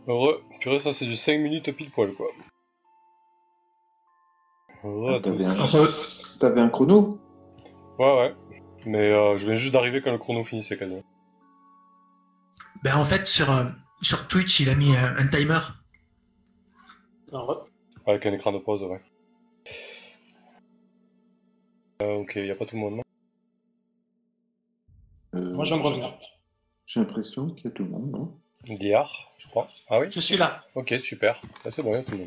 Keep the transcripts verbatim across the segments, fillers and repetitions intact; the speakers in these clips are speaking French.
Heureux. Purée, ça c'est du cinq minutes pile poil quoi. Heureux Ah, à t'avais, un... tous. t'avais un chrono? Ouais, ouais. Mais euh, je viens juste d'arriver quand le chrono finissait quasiment. Ben en fait, sur, euh, sur Twitch, il a mis un, un timer. Ah ouais. Avec un écran de pause, ouais. Euh, ok, y a pas tout le monde, non? Euh, Moi, je viens de revenir. J'ai l'impression qu'il y a tout le monde, non? Liard, je crois. Ah oui? Je suis là. Ok, super. Bah, c'est bon, y a tout le monde.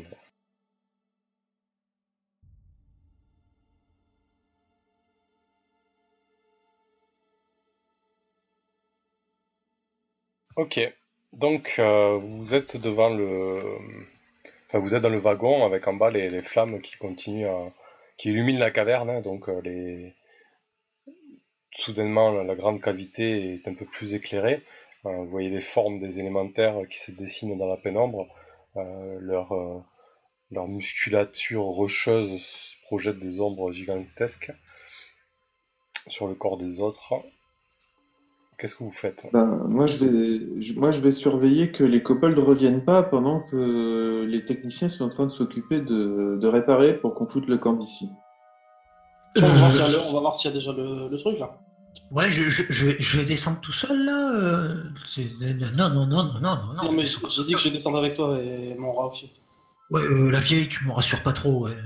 Ok, donc euh, vous êtes devant le... Enfin, vous êtes dans le wagon avec en bas les, les flammes qui continuent à... qui illuminent la caverne, hein, donc euh, les... soudainement la, la grande cavité est un peu plus éclairée. Euh, vous voyez les formes des élémentaires qui se dessinent dans la pénombre. Euh, leur, euh, leur musculature rocheuse projette des ombres gigantesques sur le corps des autres. Qu'est-ce que vous faites? Ben, moi, je vais, je- moi, je vais surveiller que les couples ne reviennent pas pendant que les techniciens sont en train de s'occuper de, de réparer pour qu'on foute le camp d'ici. On va voir Euh, s'il y a, le- on va voir s'il y a déjà le, le truc là. Ouais, je, je, je, vais, je vais descendre tout seul là. euh, c'est- Non, non, non, non, non, non, non. Non, mais j'ai j'ai dit que je descendais avec toi et mon rat aussi. Ouais, euh, la vieille, tu me rassures pas trop, ouais.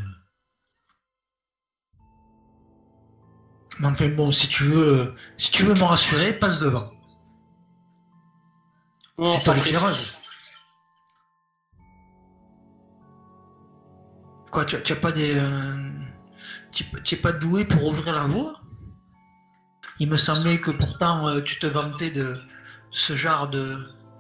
Mais enfin bon, si tu veux, euh, si tu veux me rassurer, passe devant. Non, C'est ça pas me fait- l'éclairage. Quoi, tu tu as pas des. euh, Tu tu es pas doué pour ouvrir la voie? Il me semblait que pourtant euh, tu te vantais de ce genre de.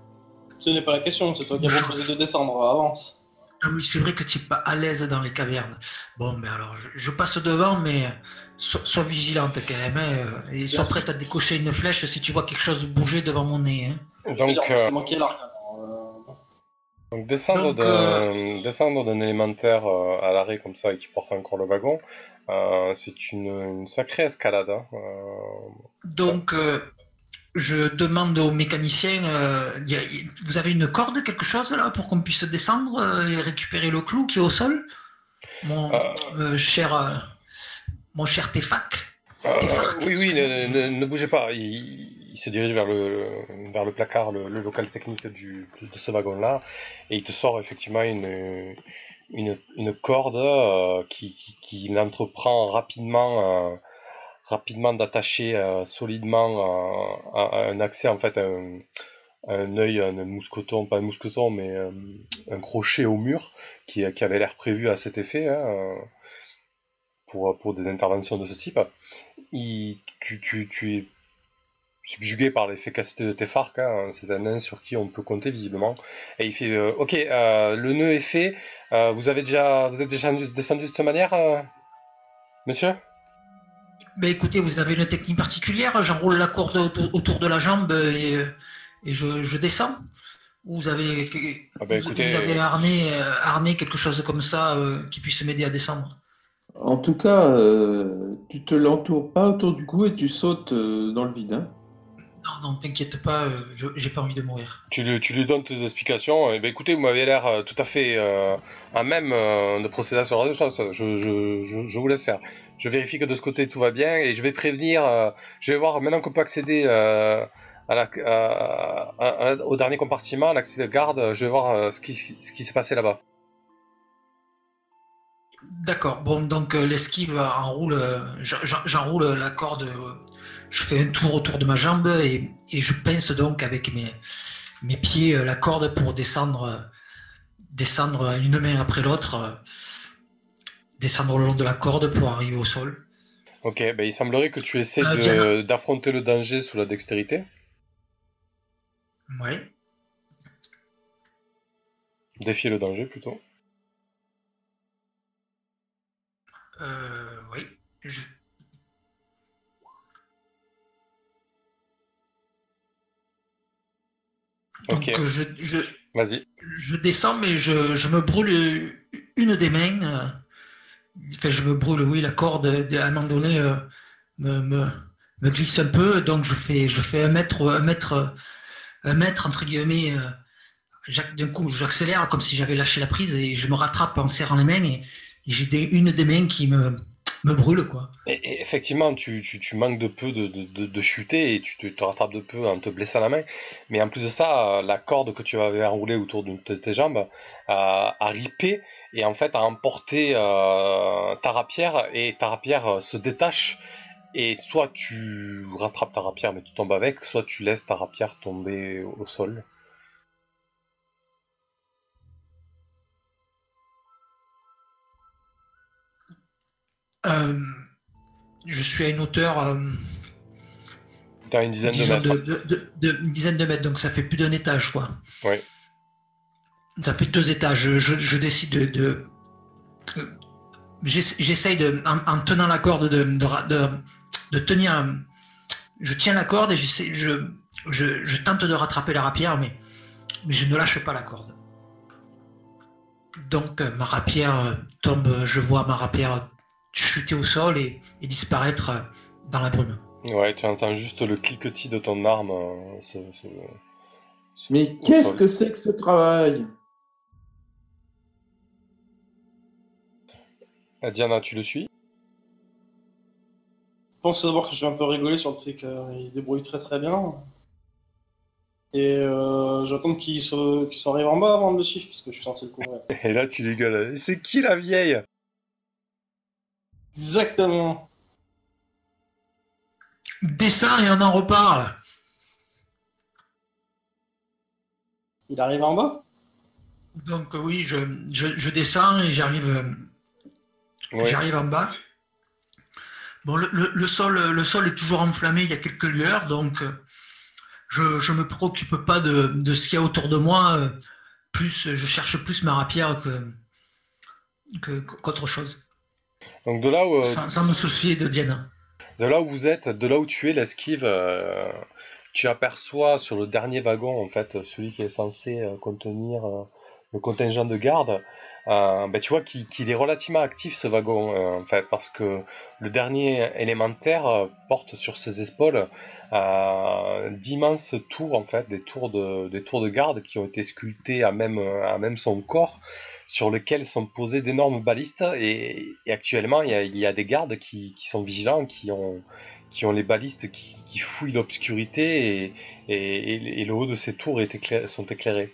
Ce n'est pas la question, c'est toi qui as proposé de descendre, avance. Ah oui, c'est vrai que tu n'es pas à l'aise dans les cavernes. Bon, ben alors, je, je passe devant, mais sois, sois vigilante quand même, hein, et sois sûr. prête à décocher une flèche si tu vois quelque chose bouger devant mon nez. Hein. Donc, Alors, euh, c'est moi qui ai l'arc. alors, euh, bon. donc descendre Donc, d'un descendre d'un élémentaire euh, à l'arrêt comme ça et qui porte encore le wagon, euh, c'est une, une sacrée escalade. Hein. Euh, Donc, euh, je demande au mécanicien, euh, y a- y- vous avez une corde, quelque chose là, pour qu'on puisse descendre euh, et récupérer le clou qui est au sol? Mon Euh. euh, cher, euh, mon cher Tefak. Euh, Tefak, oui, oui, excuse-moi. ne, ne- ne bougez pas. Il, il se dirige vers le, vers le placard, le, le local technique du, de ce wagon-là, et il te sort effectivement une, une, une corde euh, qui, qui, qui l'entreprend rapidement, euh, rapidement d'attacher euh, solidement euh, à, à un accès, en fait, un, un œil, un mousqueton, pas un mousqueton, mais euh, un crochet au mur qui, qui avait l'air prévu à cet effet. Hein, euh, pour, pour des interventions de ce type. Il, tu, tu, tu es subjugué par l'efficacité de tes farcs, hein, c'est un nain sur qui on peut compter visiblement. Et il fait euh, ok, euh, le nœud est fait, euh, vous avez déjà vous êtes déjà descendu de cette manière, euh, monsieur? Ben écoutez, vous avez une technique particulière, j'enroule la corde autour, autour de la jambe et, et je, je descends. Vous avez, Ah ben, vous, écoutez, vous avez harné, euh, harné quelque chose comme ça euh, qui puisse m'aider à descendre. En tout cas, euh, tu te l'entoures pas autour du cou et tu sautes euh, dans le vide. Hein. Non, non, t'inquiète pas, euh, je- j'ai pas envie de mourir. tu, lui- tu lui donnes tes explications. Et ben, écoutez, vous m'avez l'air euh, tout à fait euh, à même euh, de procéder à ce genre de choses. Je, je, je, je vous laisse faire. Je vérifie que de ce côté tout va bien et je vais prévenir. euh, je vais voir maintenant qu'on peut accéder euh, à la, à- à- à- au dernier compartiment, l'accès de garde. Je vais voir euh, ce qui, ce qui s'est passé là-bas. D'accord, bon, donc euh, l'esquive enroule, euh, j'en- j'en- j'enroule la corde, euh, je fais un tour autour de ma jambe et, et je pince donc avec mes, mes pieds euh, la corde pour descendre, euh, descendre une main après l'autre, euh, descendre le long de la corde pour arriver au sol. Ok, ben il semblerait que tu essaies Euh, de- Diana. d'affronter le danger sous la dextérité. Ouais. Défier le danger plutôt. Euh, oui. Je... Donc Ok, euh, je, je, vas-y. je descends, mais je, je me brûle une des mains. euh, Enfin, je me brûle, oui, la corde, à un moment donné, euh, me, me, me glisse un peu, donc je fais, je fais un mètre, un mètre, un mètre entre guillemets, euh, d'un coup, j'accélère comme si j'avais lâché la prise et je me rattrape en serrant les mains et, et j'ai des, une des mains qui me, me brûle, quoi. Et, et effectivement, tu, tu, tu manques de peu de, de, de, de chuter et tu te, te rattrapes de peu en te blessant la main. Mais en plus de ça, la corde que tu avais enroulée autour de tes jambes euh, a ripé et en fait a emporté euh, ta rapière et ta rapière se détache. Et soit tu rattrapes ta rapière mais tu tombes avec, soit tu laisses ta rapière tomber au sol. Euh, je suis à une hauteur, euh, T'as une dizaine de disons, mètres. de, de, de, de- une dizaine de mètres, donc ça fait plus d'un étage, quoi. Oui. Ça fait deux étages. Je, je, je décide de, de j'essa- j'essaye de, en, en tenant la corde, de, de, de, de tenir. Je tiens la corde et j'essaie, je, je, je tente de rattraper la rapière, mais, mais je ne lâche pas la corde. Donc euh, ma rapière euh, tombe, je vois ma rapière chuter au sol et, et disparaître euh, dans la brume. Ouais, tu entends juste le cliquetis de ton arme. euh, se- se- se- Mais au qu'est-ce sol. que c'est que ce travail? Euh, Diana, tu le suis? Je pense d'abord que je vais un peu rigoler sur le fait qu'il se débrouille très très bien. Et euh, j'attends qu'il se... qu'il s'arrive en bas avant de le suivre, parce que je suis censé le couvrir. Et là, tu lui gueules. C'est qui la vieille? Exactement. Descends et on en reparle. Il arrive en bas? Donc euh, oui, je, je, je descends et j'arrive euh, Ouais. j'arrive en bas. Bon, le, le, le sol, le sol est toujours enflammé, il y a quelques lueurs, donc euh, je ne me préoccupe pas de, de ce qu'il y a autour de moi. euh, Plus, je cherche plus ma rapière que, que- qu'autre chose, Donc de là où, euh, sans, sans me soucier de Diana. de là où vous êtes, de là où tu es, l'esquive, euh, tu aperçois sur le dernier wagon, en fait, celui qui est censé euh, contenir euh, le contingent de garde, euh, ben, tu vois qu'il, qu'il est relativement actif ce wagon, euh, en fait, parce que le dernier élémentaire euh, porte sur ses épaules euh, d'immenses tours, en fait, des tours de, des tours de garde qui ont été sculptées à même, à même son corps, sur lesquels sont posés d'énormes balistes, et, et actuellement, il y, a, il y a des gardes qui, qui sont vigilants, qui ont, qui ont les balistes qui, qui fouillent l'obscurité, et, et, et- et le haut de ces tours est éclairé- sont éclairés.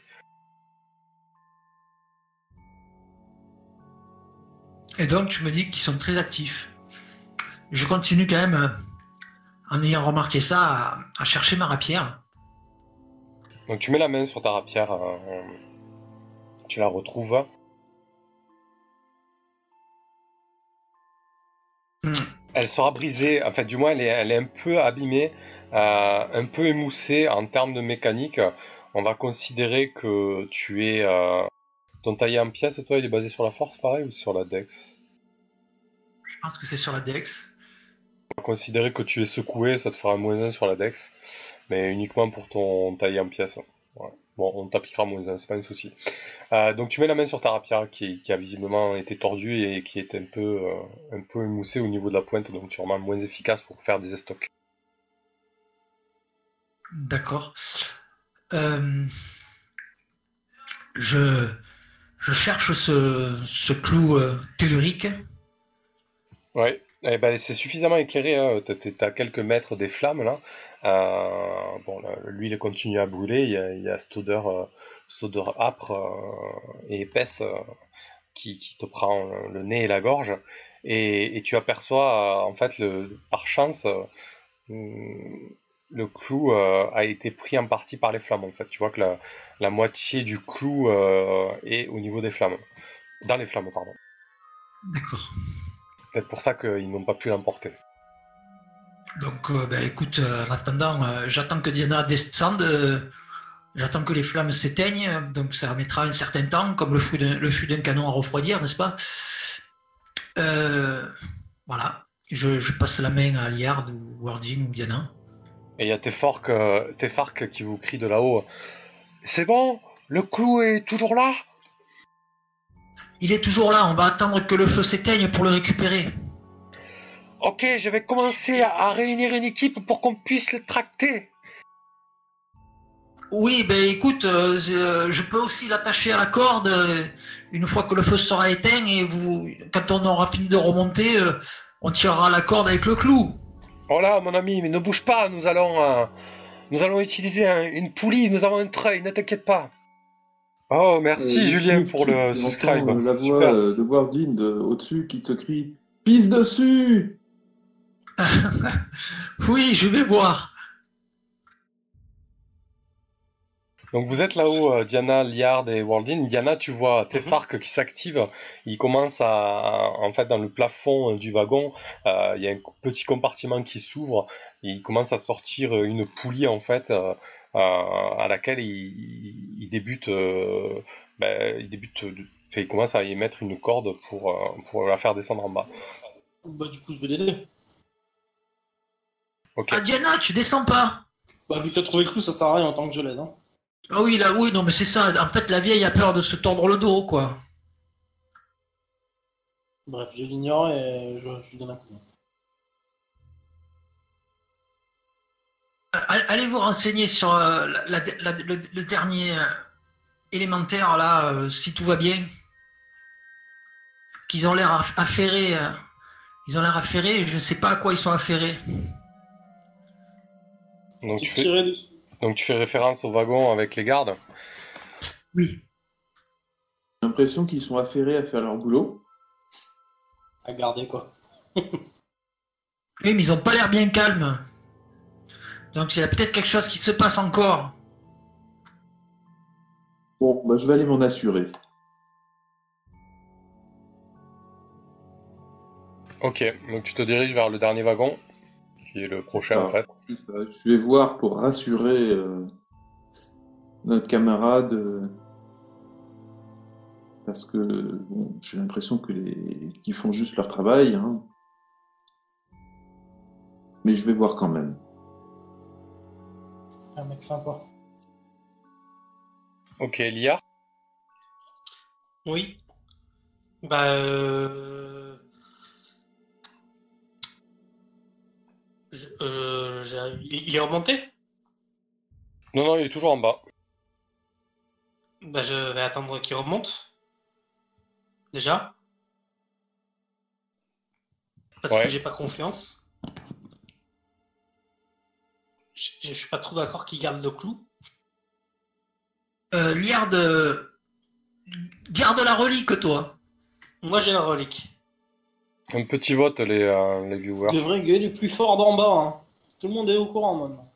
Et donc, je me dis qu'ils sont très actifs. Je continue quand même, euh, en ayant remarqué ça, à, à chercher ma rapière. Donc tu mets la main sur ta rapière, euh, tu la retrouves. Hmm. Elle sera brisée, en fait du moins elle est, elle est un peu abîmée, euh, un peu émoussée en termes de mécanique. On va considérer que tu es... euh, ton taillé en pièces, toi, il est basé sur la force pareil ou sur la dex? Je pense que c'est sur la Dex. On va considérer que tu es secoué, ça te fera un moins un sur la dex, mais uniquement pour ton taillé en pièces. Ouais. Bon, on t'appliquera moins un, c'est pas un souci. Euh, donc tu mets la main sur ta rapière qui, qui a visiblement été tordue et qui est un peu, euh, un peu émoussée au niveau de la pointe, donc sûrement moins efficace pour faire des estocs. D'accord. Euh, je, je cherche ce, ce clou euh, tellurique. Ouais, eh ben, c'est suffisamment éclairé, hein. T'es t'es à quelques mètres des flammes là. Euh, bon, là, l'huile continue à brûler, il y a, il y a cette odeur, euh, cette odeur âpre euh, et épaisse euh, qui, qui te prend le nez et la gorge. Et, et tu aperçois, euh, en fait, le, par chance, euh, le clou euh, a été pris en partie par les flammes. En fait, tu vois que la, la moitié du clou euh, est au niveau des flammes, dans les flammes, pardon. D'accord. Peut-être pour ça qu'ils n'ont pas pu l'emporter. Donc, euh, ben, écoute, euh, en attendant, euh, j'attends que Diana descende. euh, J'attends que les flammes s'éteignent, donc ça mettra un certain temps, comme le fût d'un, le fût d'un canon à refroidir, n'est-ce pas? Euh, Voilà. Je, je passe la main à Liard ou Wardin ou Diana. Et il y a Tefark, euh, Tefark qui vous crie de là-haut. C'est bon? Le clou est toujours là? Il est toujours là, on va attendre que le feu s'éteigne pour le récupérer. Ok, je vais commencer à réunir une équipe pour qu'on puisse le tracter. Oui, ben écoute, euh, je, je peux aussi l'attacher à la corde euh, une fois que le feu sera éteint et vous, quand on aura fini de remonter, euh, on tirera la corde avec le clou. Oh là, mon ami, mais ne bouge pas, nous allons, euh, nous allons utiliser un- une poulie, nous avons un treuil, ne t'inquiète pas. Oh, merci Euh, Julien Steve, pour tu, le tu subscribe, entends euh, la voix super. euh, de Wardin de, au-dessus qui te crie pisse dessus. Oui, je vais voir. Donc vous êtes là-haut, euh, Diana, Liard et Waldin. Diana, tu vois tes Mhm. phares qui s'activent. Ils commencent à, à- en fait, dans le plafond euh, du wagon, euh, il y a un petit compartiment qui s'ouvre. Il commence à sortir euh, une poulie en fait, euh, euh, à laquelle il, il, il débute, euh, ben, il débute, de- fait, il commence à y mettre une corde pour, euh, pour la faire descendre en bas. Bah, du coup, je vais l'aider. Ok. Ah Diana, tu descends pas. Bah, vu que t'as trouvé le clou, ça sert à rien en tant que je l'aide. Hein. Ah oui, là, oui, non, mais c'est ça. En fait, la vieille a peur de se tordre le dos, quoi. Bref, je l'ignore et je, je lui donne un coup de main. Euh, Allez vous renseigner sur euh, la- la- la- le, le dernier euh, élémentaire, là, euh, si tout va bien. Qu'ils ont l'air aff- affairés. euh, Ils ont l'air affairés, je ne sais pas à quoi ils sont affairés. Donc J'ai tu fais, tiré dessus. donc tu fais référence au wagon avec les gardes. Oui. J'ai l'impression qu'ils sont affairés à faire leur boulot. À garder, quoi. Oui, mais ils ont pas l'air bien calmes. Donc il y a peut-être quelque chose qui se passe encore. Bon, bah, je vais aller m'en assurer. Ok, donc tu te diriges vers le dernier wagon, qui est le prochain en Ah, fait. c'est ça. Je vais voir pour rassurer euh, notre camarade. euh, parce que bon, j'ai l'impression que les... qu'ils font juste leur travail. Hein. Mais je vais voir quand même. Un mec sympa. Ok, Liard. Oui. Bah, euh... je- euh, j'ai- il il est remonté? Non, non, il est toujours en bas. Bah, je vais attendre qu'il remonte. Déjà. Parce Ouais. que j'ai pas confiance. Je, je suis pas trop d'accord qu'il garde le clou. Euh, Liard, euh, garde la relique, toi. Moi, j'ai la relique. Un petit vote, les, euh, les viewers. Il devrait gueuler plus fort d'en bas. Hein. Tout le monde est au courant maintenant.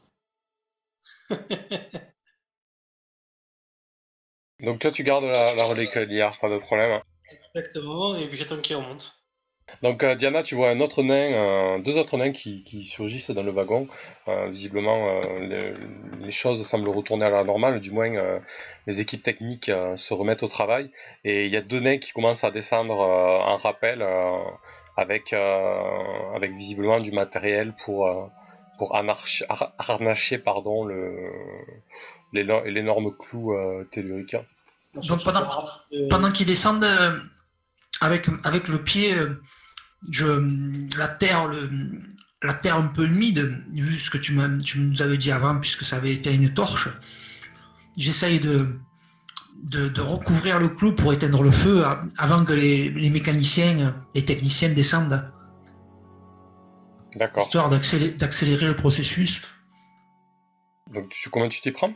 Donc toi, tu gardes la, la relique Liard, pas de problème. Exactement, et puis j'attends qu'il remonte. Donc euh, Diana, tu vois un autre nain, euh, deux autres nains qui, qui surgissent dans le wagon. Euh, visiblement, euh, les, les choses semblent retourner à la normale, du moins euh, les équipes techniques euh, se remettent au travail. Et il y a deux nains qui commencent à descendre euh, en rappel euh, avec, euh, avec visiblement du matériel pour, euh, pour harnacher, har- harnacher pardon, le, l'éno- l'énorme clou euh, tellurique. Donc pendant, Euh, pendant qu'ils descendent euh, avec, avec le pied, euh, je, la terre, le, la terre un peu humide, vu ce que tu, m'as- tu nous avais dit avant, puisque ça avait été une torche, j'essaye de, de, de recouvrir le clou pour éteindre le feu a- avant que les, les mécaniciens, les techniciens descendent, D'accord. histoire d'accélérer, d'accélérer le processus. Donc tu, comment tu t'y prends?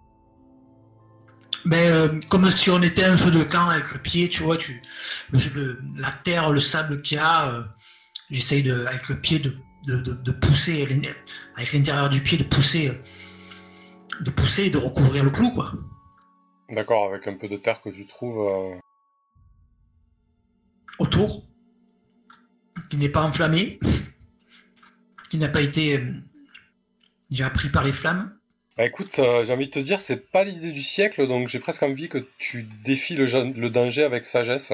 Mais euh, comme si on était un feu de camp avec le pied, tu vois, tu, le, le- la terre, le sable qu'il y a, euh, j'essaye de, avec le pied de, de, de, de pousser, avec l'intérieur du pied de pousser, de pousser et de recouvrir le clou, quoi. D'accord, avec un peu de terre que tu trouves. euh, Autour, qui n'est pas enflammé, qui n'a pas été euh, déjà pris par les flammes. Bah écoute, euh, j'ai envie de te dire, c'est pas l'idée du siècle, donc j'ai presque envie que tu défies le, ja- le danger avec sagesse.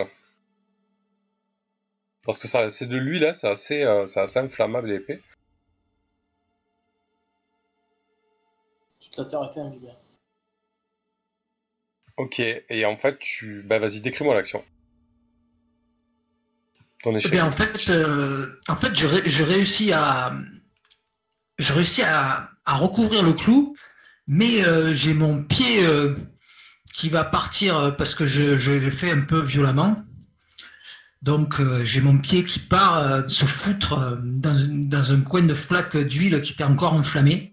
Parce que ça, c'est de l'huile, hein, c'est assez, euh, c'est assez inflammable et épais. toute la terre était imbibée. Ok, et en fait, tu. Bah vas-y, décris-moi l'action. Ton Eh échec. bien, en fait, euh, en fait, je, ré- je réussis à, je réussis à, à recouvrir le clou, Mais euh, j'ai mon pied euh, qui va partir euh, parce que je, je l'ai fait un peu violemment. Donc euh, j'ai mon pied qui part euh, se foutre euh, dans, dans un coin de flaque d'huile qui était encore enflammé.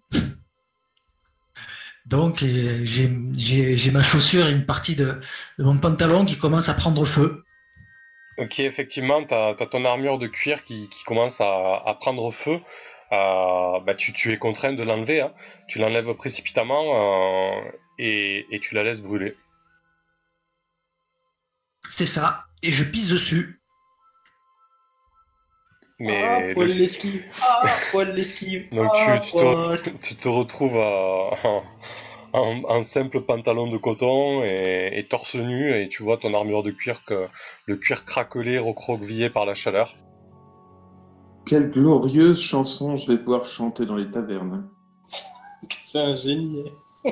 Donc euh, j'ai j'ai- j'ai ma chaussure et une partie de, de mon pantalon qui commence à prendre feu. Ok, effectivement, tu as ton armure de cuir qui, qui commence à, à prendre feu. Euh, bah, tu, tu es contraint de l'enlever, hein. Tu l'enlèves précipitamment euh, et, et tu la laisses brûler. C'est ça. Et je pisse dessus. Ah, Mais poil le- l'esquive. Ah, poil l'esquive. donc Ah, tu, tu poil. te, tu te retrouves à- en, en- en simple pantalon de coton et, et torse nu et tu vois ton armure de cuir, que le cuir craquelé, recroquevillé par la chaleur. Quelle glorieuse chanson je vais pouvoir chanter dans les tavernes. C'est un génie.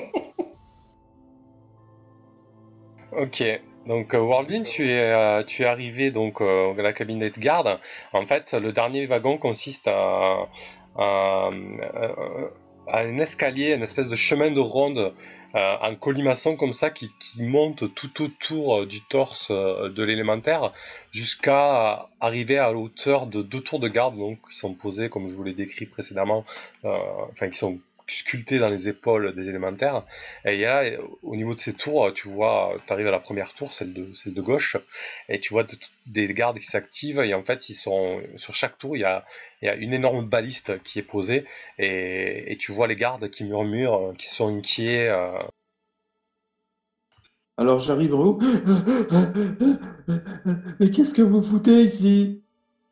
Ok, donc euh, Worldin, tu es, euh, tu es arrivé donc euh, à la cabine de garde. En fait, le dernier wagon consiste à, à, à un escalier, une espèce de chemin de ronde euh, en colimaçon comme ça qui, qui monte tout autour euh, du torse euh, de l'élémentaire jusqu'à arriver à la hauteur de deux tours de garde, donc qui sont posés comme je vous l'ai décrit précédemment, euh, enfin qui sont sculptés dans les épaules des élémentaires. Et il y a, au niveau de ces tours, tu vois, tu arrives à la première tour, celle de, celle de gauche, et tu vois de- des gardes qui s'activent, et en fait, ils sont, sur chaque tour, il y a, il y a une énorme baliste qui est posée, et, et tu vois les gardes qui murmurent, qui sont inquiets. euh. Alors j'arrive en haut. Mais qu'est-ce que vous foutez ici?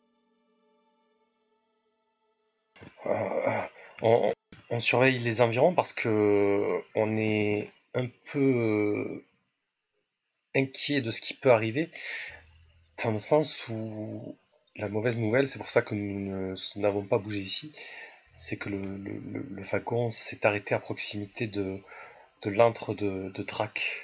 Euh, on, on surveille les environs parce que on est un peu inquiet de ce qui peut arriver, dans le sens où la mauvaise nouvelle, c'est pour ça que nous ne- nous n'avons pas bougé ici, c'est que le, le, le- le wagon s'est arrêté à proximité de, de l'antre de, de Drac.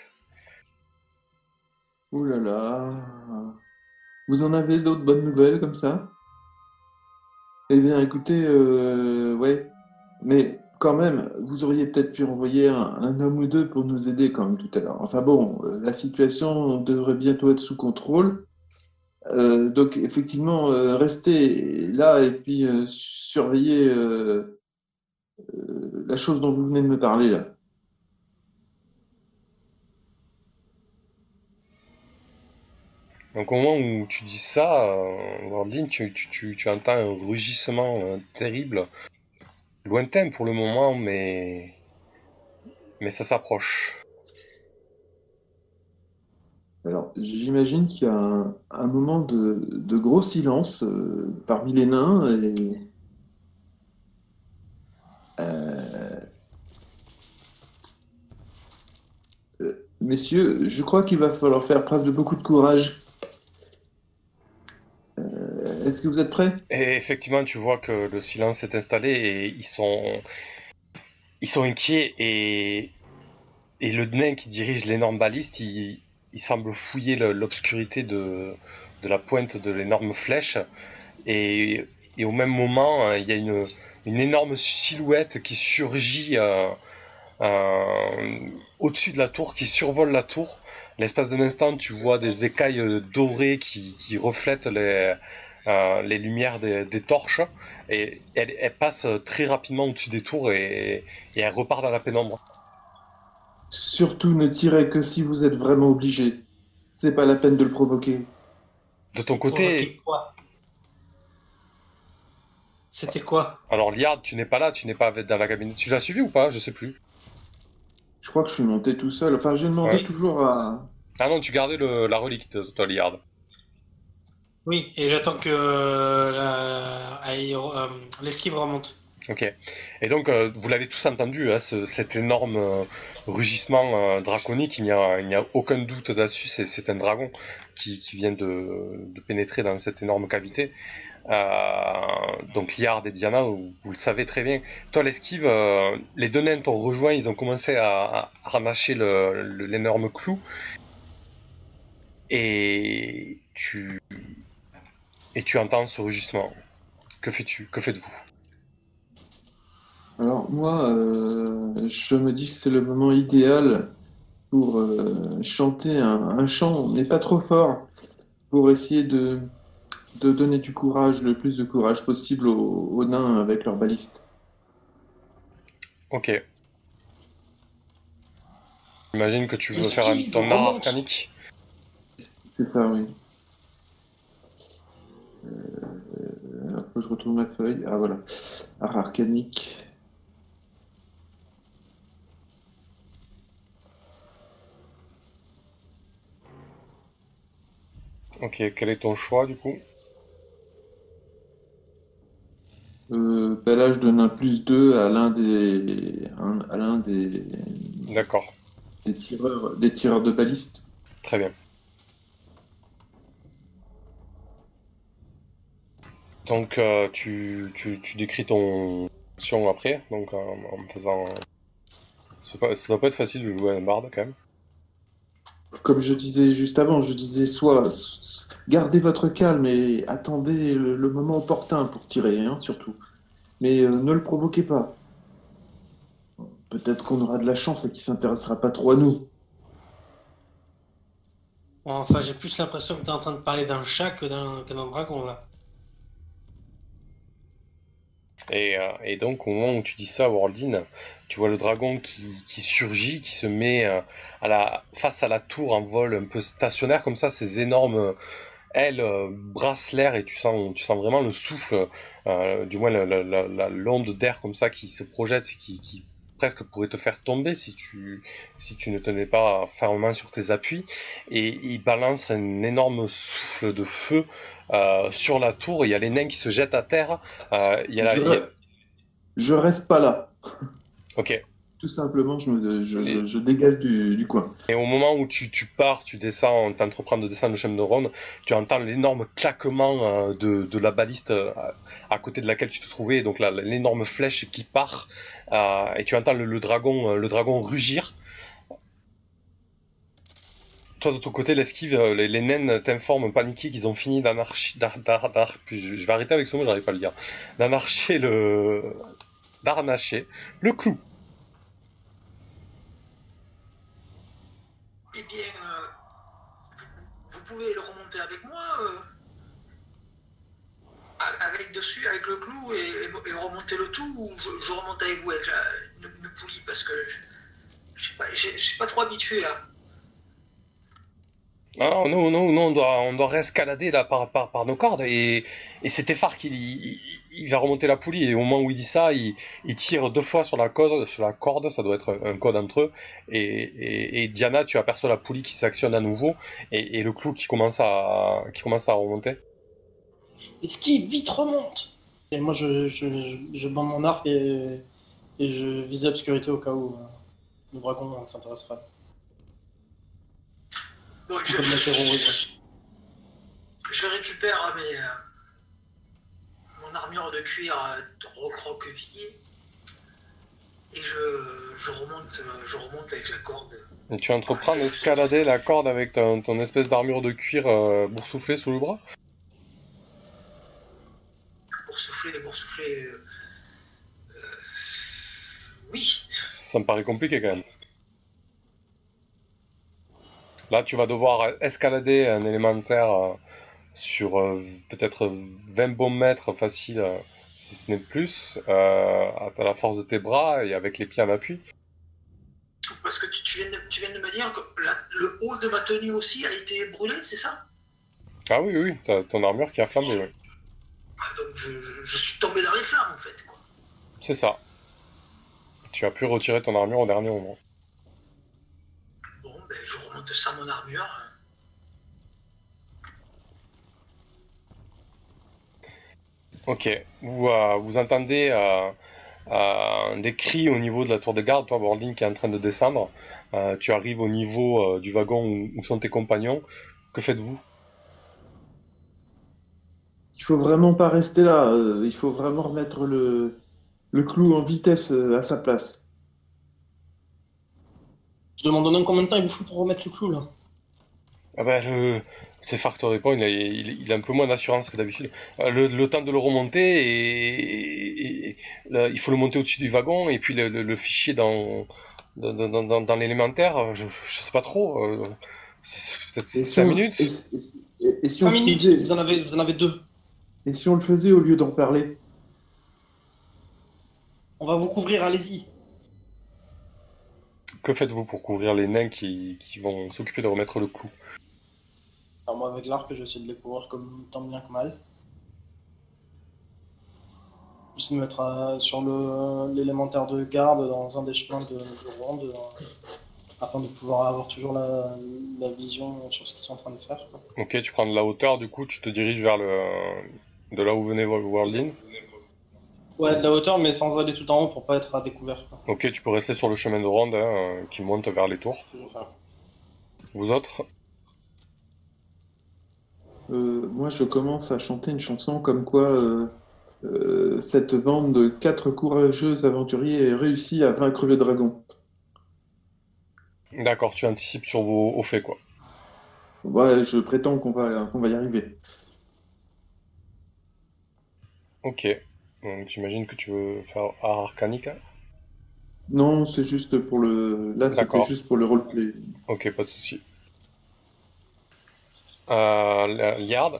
Ouh là là. Vous en avez d'autres bonnes nouvelles comme ça? Eh bien, écoutez, euh, ouais. Mais quand même, vous auriez peut-être pu envoyer un, un homme ou deux pour nous aider quand même tout à l'heure. Enfin bon, euh, la situation devrait bientôt être sous contrôle. Euh, donc effectivement, euh, restez là et puis euh, surveillez euh, euh, la chose dont vous venez de me parler là. Donc au moment où tu dis ça, euh, Wardline, tu, tu, tu, tu entends un rugissement euh, terrible, lointain pour le moment, mais, mais ça s'approche. Alors, j'imagine qu'il y a un, un moment de, de gros silence euh, parmi les nains et euh, euh, messieurs, je crois qu'il va falloir faire preuve de beaucoup de courage. Euh, est-ce que vous êtes prêts? Et effectivement, tu vois que le silence s'est installé et ils sont, ils sont inquiets et, et le nain qui dirige l'énorme baliste, il, il semble fouiller le- l'obscurité de, de la pointe de l'énorme flèche. Et, et au même moment, euh, il y a une, une énorme silhouette qui surgit euh, euh, au-dessus de la tour, qui survole la tour. L'espace d'un instant, tu vois des écailles euh, dorées qui, qui reflètent les, euh, les lumières des, des torches. Et elle, elle passe très rapidement au-dessus des tours et, et elle repart dans la pénombre. Surtout ne tirez que si vous êtes vraiment obligé. C'est pas la peine de le provoquer. De ton Provoquer côté, quoi? C'était quoi? alors Liard, tu n'es pas là, tu n'es pas dans la cabine. Tu l'as suivi ou pas? Je sais plus. Je crois que je suis monté tout seul. Enfin, j'ai demandé Ouais. toujours à... Ah non, tu gardais le, la relique de toi, Liard. Oui, et j'attends que euh, la- aille- euh, l'esquive remonte. Ok. Et donc, euh, vous l'avez tous entendu, hein, ce- cet énorme euh, rugissement euh, draconique, il n'y a, il n'y a aucun doute là-dessus, c'est, c'est un dragon qui, qui vient de, de pénétrer dans cette énorme cavité. Euh, donc, Yard et Diana, vous, vous le savez très bien. Toi, l'esquive, euh, les deux nains t'ont rejoint, ils ont commencé à, à ramâcher le, le- l'énorme clou. Et tu, et tu entends ce rugissement. Que fais-tu? Que faites-vous? Alors moi, euh, je me dis que c'est le moment idéal pour euh, chanter un, un chant, mais pas trop fort, pour essayer de, de donner du courage, le plus de courage possible aux, aux nains avec leurs balistes. Ok. J'imagine que tu veux faire un, L'esquive ton art remonte. arcanique. C'est ça, oui. Alors, faut que je retrouve ma feuille. Ah voilà. Art arcanique. Ok, quel est ton choix du coup? Euh, Pelage donne un plus deux à l'un des, un- à l'un des, D'accord, des tireurs, des tireurs de baliste. très bien. Donc euh, tu, tu, tu décris ton action après, donc euh, en faisant... Ça doit pas, ça doit pas être facile de jouer un barde quand même. Comme je disais juste avant, je disais soit s- gardez votre calme et attendez le, le moment opportun pour tirer, hein, surtout. Mais euh, ne le provoquez pas. Peut-être qu'on aura de la chance et qu'il s'intéressera pas trop à nous. Bon, enfin, j'ai plus l'impression que t'es en train de parler d'un chat que d'un que d'un dragon, là. Et, euh, et donc au moment où tu dis ça, Worldin, tu vois le dragon qui, qui surgit, qui se met euh, à la, face à la tour en vol un peu stationnaire comme ça, ses énormes ailes euh, brassent l'air et tu sens, tu sens vraiment le souffle, euh, du moins la, la- la- la- l'onde d'air comme ça qui se projette, qui, qui presque pourrait te faire tomber si tu, si tu ne tenais pas fermement sur tes appuis. Et il balance un énorme souffle de feu euh, sur la tour. Il y a les nains qui se jettent à terre. Euh, il y a la- Je, il y a- re- je reste pas là. Ok. Tout simplement, je, me, je, Et, je- je dégage du, du coin. et au moment où tu, tu pars, tu descends, t'entreprends de descendre le chemin de ronde, tu entends l'énorme claquement euh, de, de la baliste euh, à côté de laquelle tu te trouvais, et donc la- l'énorme flèche qui part, euh, et tu entends le, le dragon, euh, le dragon rugir. Toi de ton côté, l'esquive, euh, les, les naines t'informent paniqués qu'ils ont fini d'anarcher, d'ar- d'ar- d'ar- je je vais arrêter avec ce mot, j'arrive pas à le dire, d'anarcher le, d'arnacher le clou. Eh bien, euh, vous, vous pouvez le remonter avec moi, euh, avec dessus, avec le clou, et, et- et remonter le tout, ou je, je remonte avec vous avec la- une, une poulie, parce que je, je sais pas, je je suis pas trop habitué là. Ah non, non, non, on doit, on doit réescalader là par, par, par nos cordes et, et c'est Tefar qui il, il va remonter la poulie et au moment où il dit ça, il, il tire deux fois sur la corde, sur la corde, ça doit être un code entre eux et, et, et Diana, tu aperçois la poulie qui s'actionne à nouveau et, et le clou qui commence à, qui commence à remonter. Esquive, vite, remonte! Et moi, je, je, je, je bande mon arc et, et je vise l'obscurité au cas où euh, le dragon euh, s'intéresserait. Bon, On je, peut le mettre terrorisé. je récupère mes, euh, mon armure de cuir euh, recroquevillée et je, je, remonte, euh, je remonte avec la corde. Et tu entreprends d'escalader la corde avec ton, ton espèce d'armure de cuir euh, boursouflée sous le bras. Boursoufler, boursoufler. Euh, euh, oui. Ça me paraît compliqué quand même. Là, tu vas devoir escalader un élémentaire euh, sur euh, peut-être vingt bons mètres facile, euh, si ce n'est plus, euh, à la force de tes bras et avec les pieds en appui. Parce que tu, tu, viens, de, tu viens de me dire que la, le haut de ma tenue aussi a été brûlé, c'est ça? Ah oui, oui, t'as ton armure qui a flambé, oui. Ah, donc je, je, je suis tombé dans les flammes en fait, quoi. C'est ça. Tu as pu retirer ton armure au dernier moment. Bon, ben je remonte ça à mon armure. Ok, vous, euh, vous entendez euh, euh, des cris au niveau de la tour de garde, toi, Bording, qui est en train de descendre. Euh, tu arrives au niveau euh, du wagon où, où sont tes compagnons. Que faites-vous? Il faut vraiment pas rester là. euh, il faut vraiment remettre le, le clou en vitesse euh, à sa place. Je demande au nain combien de temps il vous faut pour remettre le clou là. Ah ben, le... César te répond, il a, il, il a un peu moins d'assurance que d'habitude. Euh, Le, le temps de le remonter, et, et- et- là, il faut le monter au-dessus du wagon, et puis le, le- le fichier dans, dans, dans, dans- dans l'élémentaire, je, je sais pas trop, euh, c'est c'est peut-être Et si cinq on, et, minutes. et- et si on cinq le minutes, faisait, vous en avez, vous en avez deux. et si on le faisait au lieu d'en parler? On va vous couvrir, allez-y. Que faites-vous pour couvrir les nains qui, qui vont s'occuper de remettre le clou? Alors moi avec l'arc, je vais essayer de les couvrir comme tant bien que mal. Juste me mettre à- sur le- l'élémentaire de garde dans un des chemins de, de ronde, euh, afin de pouvoir avoir toujours la, la vision sur ce qu'ils sont en train de faire, quoi. Ok, tu prends de la hauteur, du coup tu te diriges vers le de là où venait Worldin. Ouais, de la hauteur, mais sans aller tout en haut pour pas être à découvert, quoi. Ok, tu peux rester sur le chemin de ronde, hein, euh, qui monte vers les tours. C'est ce que je vais faire. Vous autres? Euh, moi, je commence à chanter une chanson comme quoi euh, euh, cette bande de quatre courageux aventuriers a réussi à vaincre le dragon. D'accord, tu anticipes sur vos hauts faits, quoi. Ouais, je prétends qu'on va, qu'on va y arriver. Ok, donc j'imagine que tu veux faire Art Arcanica. Non, c'est juste pour le. Là, c'était D'accord. juste pour le roleplay. Ok, pas de souci. Euh, la- Liard.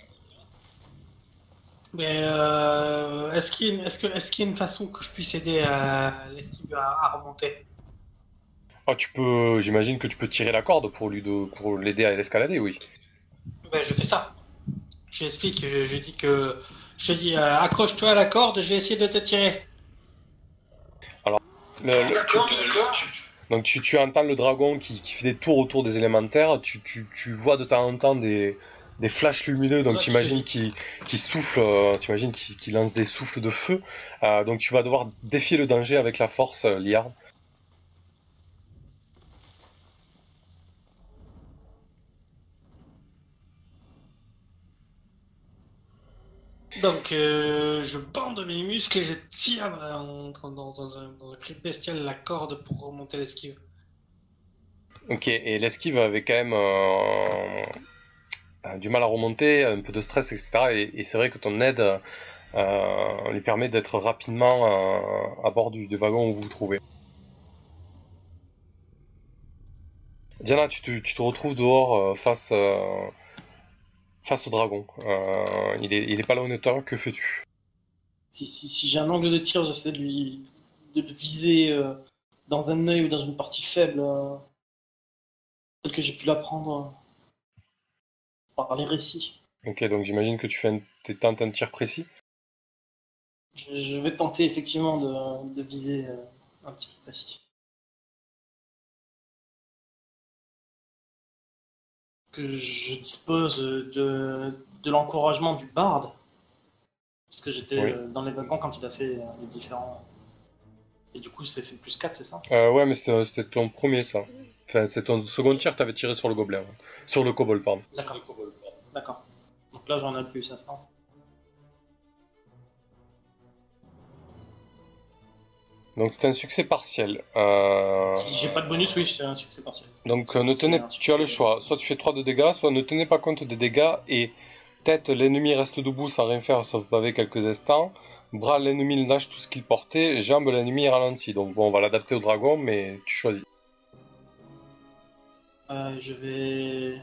Mais euh, est-ce qu'il y, a une- est-ce que, est-ce qu'il y a une façon que je puisse aider à l'esquive à, à remonter? Ah, tu peux, j'imagine que tu peux tirer la corde pour lui de, pour l'aider à l'escalader, oui. Ben, je fais ça. J'explique, je, je dis que je dis euh, accroche-toi à la corde, je vais essayer de te tirer. Le- le- tu- D'accord, d'accord. donc tu, tu entends le dragon qui, qui fait des tours autour des élémentaires, tu, tu, tu vois de temps en temps des, des flashs lumineux, donc Ça, tu imagines c'est qu'il qu'il souffle, euh, t'imagines qu'il qu'il lance des souffles de feu. Euh, donc tu vas devoir défier le danger avec la force, euh, Liard. Donc euh, je bande mes muscles et je tire dans, dans- dans un, dans un cri bestial la corde pour remonter l'esquive. Ok, et l'esquive avait quand même euh, euh, du mal à remonter, un peu de stress, et cetera. Et, et c'est vrai que ton aide euh, lui permet d'être rapidement euh, à bord du, du wagon où vous vous trouvez. Diana, tu te, tu te retrouves dehors euh, face, euh, face au dragon. Euh, il, est, il est pas là en hauteur, que fais-tu? Si, si, si j'ai un angle de tir, j'essaie de lui de le viser euh, dans un œil ou dans une partie faible, euh, telle que j'ai pu l'apprendre euh, par les récits. Ok, donc j'imagine que tu fais un, tu tentes un tir précis. Je, je vais tenter effectivement de, de viser euh, un petit peu précis. Que je dispose de, de l'encouragement du barde, parce que j'étais Oui. euh, dans les wagons quand il a fait euh, les différents. Et du coup, c'est fait plus quatre, c'est ça? Euh, ouais, mais c'était c'était ton premier, ça. Enfin, c'est ton second tir, t'avais tiré sur le gobelin. Ouais. Sur le kobold, pardon. D'accord. D'accord. Donc là, j'en ai plus, ça se fait. Donc c'est un succès partiel. Euh, Si j'ai pas de bonus, oui, c'est un succès partiel. Donc euh, ne tenez, C'est un tu as le succès. choix. Soit tu fais trois de dégâts, soit ne tenez pas compte des dégâts et tête, l'ennemi reste debout sans rien faire sauf baver quelques instants. Bras, l'ennemi lâche tout ce qu'il portait. Jambes, l'ennemi ralentit. Donc bon, on va l'adapter au dragon, mais tu choisis. Euh, je vais.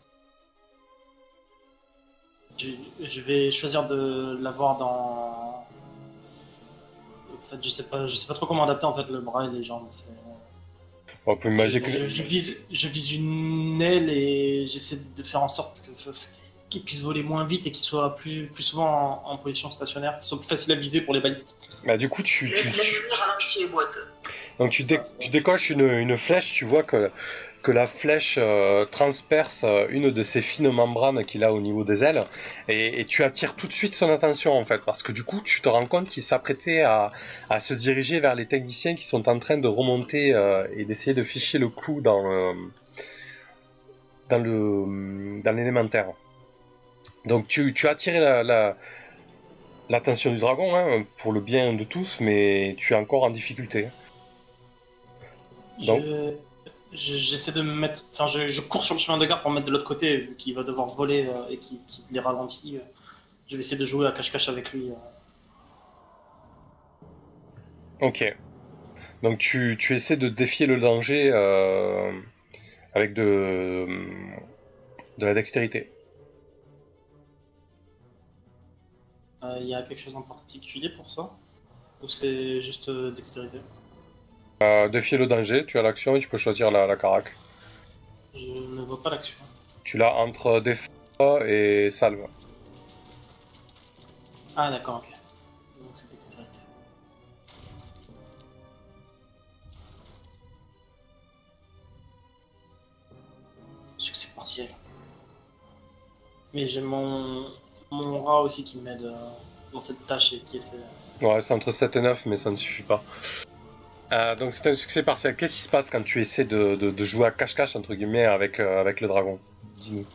Je, je vais choisir de l'avoir dans. En fait, je sais pas, je sais pas trop comment adapter en fait le bras et les jambes. c'est- On peut imaginer Je, que... je vise, je vise une aile et j'essaie de faire en sorte que- qu'il puisse voler moins vite et qu'il soit plus, plus souvent en, en position stationnaire, qu'il soit plus facile à viser pour les balistes. Bah, du coup, tu, tu, tu- L'ennemi ralentit les boîtes. donc tu, C'est dé- ça, c'est tu ça. décoches une, une flèche, tu vois que, que la flèche euh, transperce euh, une de ces fines membranes qu'il a au niveau des ailes, et, et tu attires tout de suite son attention en fait, parce que du coup tu te rends compte qu'il s'apprêtait à, à se diriger vers les techniciens qui sont en train de remonter euh, et d'essayer de ficher le clou dans, euh, dans le dans l'élémentaire. Donc tu, tu as attiré la, la- l'attention du dragon hein, pour le bien de tous, mais tu es encore en difficulté. Je, Donc je- j'essaie de me mettre. Enfin, je, je cours sur le chemin de garde pour me mettre de l'autre côté, vu qu'il va devoir voler euh, et qu'il qu'il les ralentit. euh, Je vais essayer de jouer à cache-cache avec lui. euh. Ok. Donc tu, tu essaies de défier le danger euh, avec de, de la dextérité. Euh, Il y a quelque chose en particulier pour ça? Ou c'est juste euh, dextérité? Euh, défier le danger, tu as l'action et tu peux choisir la, la carac. Je ne vois pas l'action. Tu l'as entre défa et salve. Ah, d'accord, ok. Donc c'est dextérité. Succès partiel. Mais j'ai mon, mon rat aussi qui m'aide euh, dans cette tâche et qui essaie. Ouais, c'est entre sept et neuf, mais ça ne suffit pas. Euh, donc c'est un succès partiel. Qu'est-ce qui se passe quand tu essaies de, de, de jouer à cache-cache, entre guillemets, avec, euh, avec le dragon? Dis-nous.